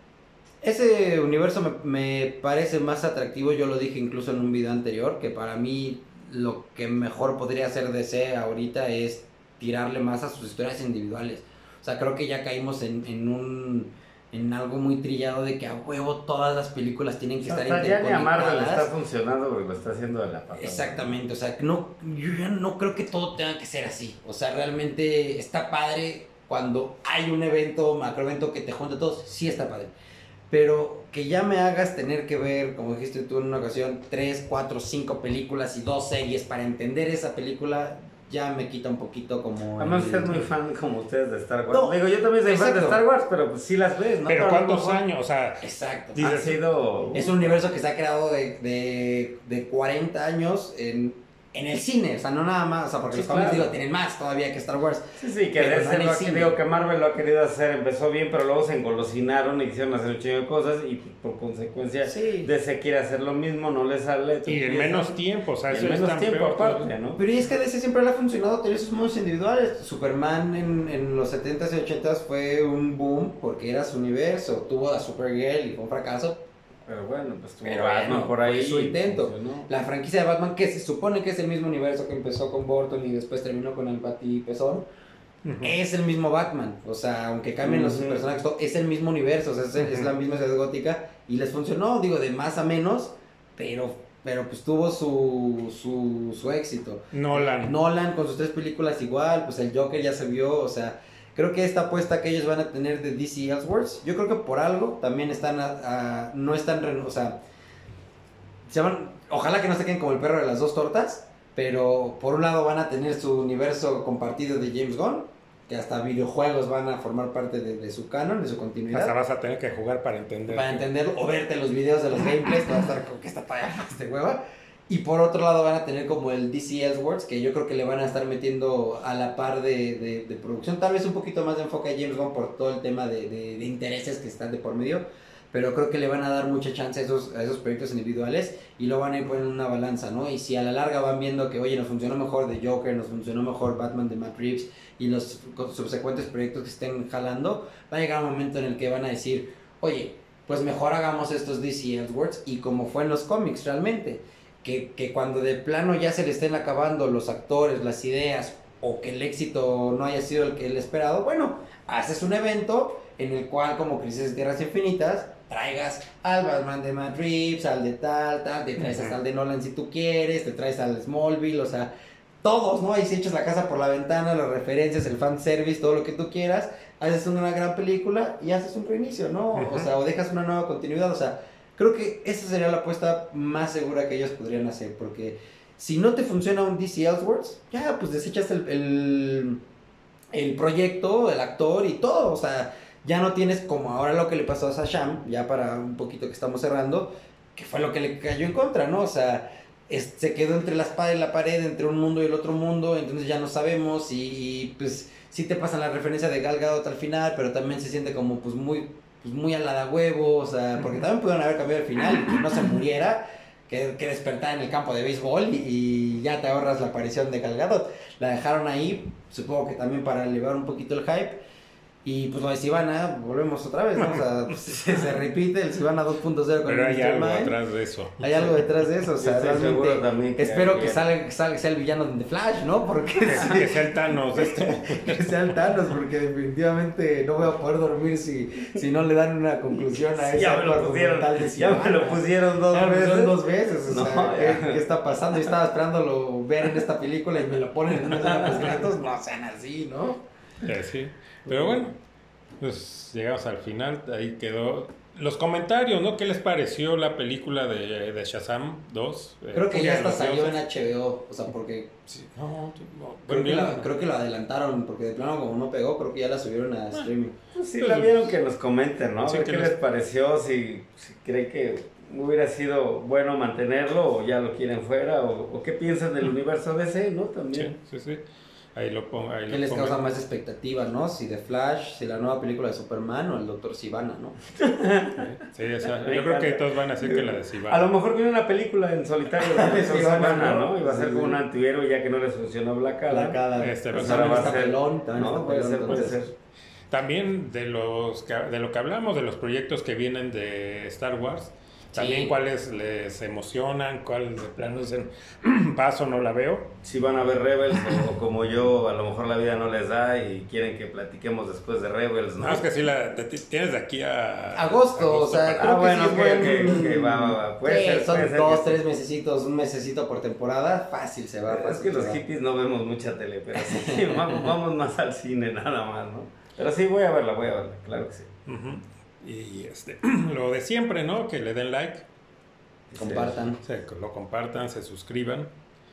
ese universo me, me parece más atractivo, yo lo dije incluso en un video anterior, que para mí lo que mejor podría hacer D C ahorita es tirarle más a sus historias individuales. O sea, creo que ya caímos en, en un... en algo muy trillado de que a huevo todas las películas tienen que estar Hasta ya ni a Marvel está interconectadas. funcionando porque lo está haciendo de la patada. Exactamente, o sea, no, yo ya no creo que todo tenga que ser así. O sea, realmente está padre cuando hay un evento, macro evento que te junta a todos, sí está padre. Pero que ya me hagas tener que ver, como dijiste tú en una ocasión, tres, cuatro, cinco películas y dos series para entender esa película, ya me quita un poquito como... Además, el- usted es muy fan como ustedes de Star Wars. No, Digo, yo también soy fan de exacto. Star Wars, pero pues sí las ves, ¿no? Pero a lo ¿cuántos mejor años? O sea, Exacto. Dices- Han sido... Es un universo que se ha creado de, de, de cuarenta años en, en el cine, o sea, no nada más, o sea, porque Sí, los cómics, claro. digo, tienen más todavía que Star Wars. Sí, sí, que Pero de no en el lo que cine. digo que Marvel lo ha querido hacer, empezó bien, pero luego se engolosinaron y quisieron hacer un chingo de cosas y pues, por consecuencia Sí. D C quiere hacer lo mismo, no le sale. y en menos tiempo, o sea, Y eso en es menos tan tiempo peor aparte, todavía. ¿no? Pero y es que a D C siempre le ha funcionado tener sus modos individuales. Superman en, en los setentas y ochentas fue un boom porque era su universo, tuvo a Supergirl y fue un fracaso. Pero bueno, pues tuvo Pero Batman bueno, por ahí. fue su intento. funcionó. La franquicia de Batman, que se supone que es el mismo universo que empezó con Burton y después terminó con el Patipezón, Ujú. es el mismo Batman. O sea, aunque cambien los Ujú. personajes, todo, es el mismo universo, o sea, es, es Ujú. la misma ciudad gótica y les funcionó, digo, de más a menos, pero, pero pues tuvo su, su, su éxito. Nolan. Nolan con sus tres películas igual, pues el Joker ya se vio, o sea, creo que esta apuesta que ellos van a tener de D C Elseworlds, yo creo que por algo también están, a- a- no están, reno- o sea, se van, ojalá que no se queden como el perro de las dos tortas, pero por un lado van a tener su universo compartido de James Gunn, que hasta videojuegos van a formar parte de, de su canon, de su continuidad. Hasta vas a tener que jugar para entender. Para entenderlo, o verte los videos de los gameplays, que va a estar como que está para de hueva. Y por otro lado van a tener como el D C Elseworlds, que yo creo que le van a estar metiendo a la par de, de, de producción. Tal vez un poquito más de enfoque a James Gunn por todo el tema de, de, de intereses que están de por medio. Pero creo que le van a dar mucha chance a esos, a esos proyectos individuales y lo van a ir poniendo en una balanza, ¿no? Y si a la larga van viendo que, oye, nos funcionó mejor The Joker, nos funcionó mejor Batman de Matt Reeves y los subsecuentes proyectos que estén jalando, va a llegar un momento en el que van a decir, oye, pues mejor hagamos estos D C Elseworlds, y como fue en los cómics realmente, que, que cuando de plano ya se le estén acabando los actores, las ideas, o que el éxito no haya sido el que él esperado, bueno, haces un evento en el cual, como Crisis de Tierras Infinitas, traigas al Batman de Matt Reeves, al de tal, tal, te traes hasta al de Nolan si tú quieres, te traes al Smallville, o sea, todos, ¿no? Ahí si echas la casa por la ventana, las referencias, el fanservice, todo lo que tú quieras, haces una gran película y haces un reinicio, ¿no? Uh-huh. O sea, o dejas una nueva continuidad, o sea, creo que esa sería la apuesta más segura que ellos podrían hacer, porque si no te funciona un D C Elseworlds, ya, pues desechas el, el, el proyecto, el actor y todo, o sea, ya no tienes como ahora lo que le pasó a Shazam, ya para un poquito que estamos cerrando, que fue lo que le cayó en contra, ¿no? O sea, es, se quedó entre la espada y la pared, entre un mundo y el otro mundo, entonces ya no sabemos y, y pues sí te pasan la referencia de Gal Gadot al final, pero también se siente como pues muy, pues muy alada huevo, o sea, porque también pudieron haber cambiado el final, que no se muriera, que, que despertara en el campo de béisbol y, y ya te ahorras la aparición de Gal Gadot. La dejaron ahí, supongo que también para elevar un poquito el hype. Y pues lo de Sivana, volvemos otra vez, ¿no? O sea, pues, se, se repite el Sivana dos punto cero con Pero el hay algo detrás de eso. Hay algo detrás de eso, o sea, realmente que espero que salga, que salga, sea el villano de The Flash, ¿no? Porque que, sí, que sea el Thanos. Este. Que sea el Thanos, porque definitivamente no voy a poder dormir si, si no le dan una conclusión a ese ya me lo pusieron, de ya me lo pusieron dos ya veces. dos veces, o no, sea, ¿qué, ¿qué está pasando? Yo estaba esperándolo ver en esta película y me lo ponen en una escena post-créditos, no sean así, ¿no? Eh, sí, pero bueno, pues llegamos al final, ahí quedó. Los comentarios, ¿no? ¿Qué les pareció la película de, de Shazam dos? Creo que ya hasta salió en H B O, o sea, porque... Sí, no, no, creo, que la, creo que lo adelantaron, porque de plano como no pegó, creo que ya la subieron a streaming. Pues sí, la vieron, que nos comenten, ¿no? Sí, ¿Qué les, les pareció? Si, si creen que hubiera sido bueno mantenerlo o ya lo quieren fuera, o, o qué piensan del universo D C, ¿no? También. Sí, sí, sí. Ahí lo pongo. Ahí ¿Qué lo les pongo. causa más expectativa, no? Si The Flash, si la nueva película de Superman o el Doctor Sivana, ¿no? Sí, o sea, yo creo que todos van a decir que la de Sivana. A lo mejor viene una película en solitario de Doctor Sivana, ¿no? Y va a ser como un antihéroe ya que no les funcionó Black Adam. Black Adam. Este, pues ahora va a ser pelón, no, puede ser, puede ser. También de los que, de lo que hablamos, de los proyectos que vienen de Star Wars, también sí. Cuáles les emocionan, cuáles de plano dicen, paso, no la veo. Si van a ver Rebels o, o como yo, a lo mejor la vida no les da y quieren que platiquemos después de Rebels, ¿no? No, es que sí, la, te, tienes de aquí a... Agosto, agosto o sea, creo ah, que bueno, sí que, que, que va, va, va. Puede sí, ser, son puede ser dos, que... tres mesecitos, un mesecito por temporada, fácil se va. Es fácil que los va. hippies no vemos mucha tele, pero sí, vamos, vamos más al cine nada más, ¿no? Pero sí, voy a verla, voy a verla, claro que sí. Uh-huh. Y este, lo de siempre, ¿no? Que le den like. Compartan. Se, lo compartan, se suscriban.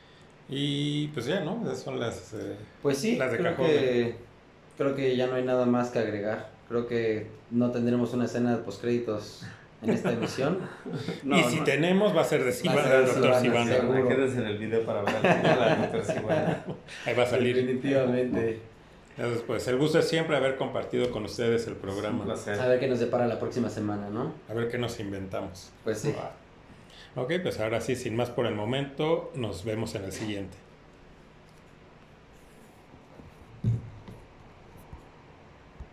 Y pues ya, ¿no? Esas son las, eh, pues sí, las de creo cajón. Que, creo que ya no hay nada más que agregar. Creo que no tendremos una escena de postcréditos en esta emisión. No, y si no. tenemos, va a ser de Sivana, del doctor Sivana. Quédense en el video para ver al doctor Sivana. Ahí va a salir. Definitivamente. Entonces, pues el gusto es siempre haber compartido con ustedes el programa. A ver qué nos depara la próxima semana, ¿no? A ver qué nos inventamos. Pues sí. Ok, pues ahora sí, sin más por el momento, nos vemos en el siguiente.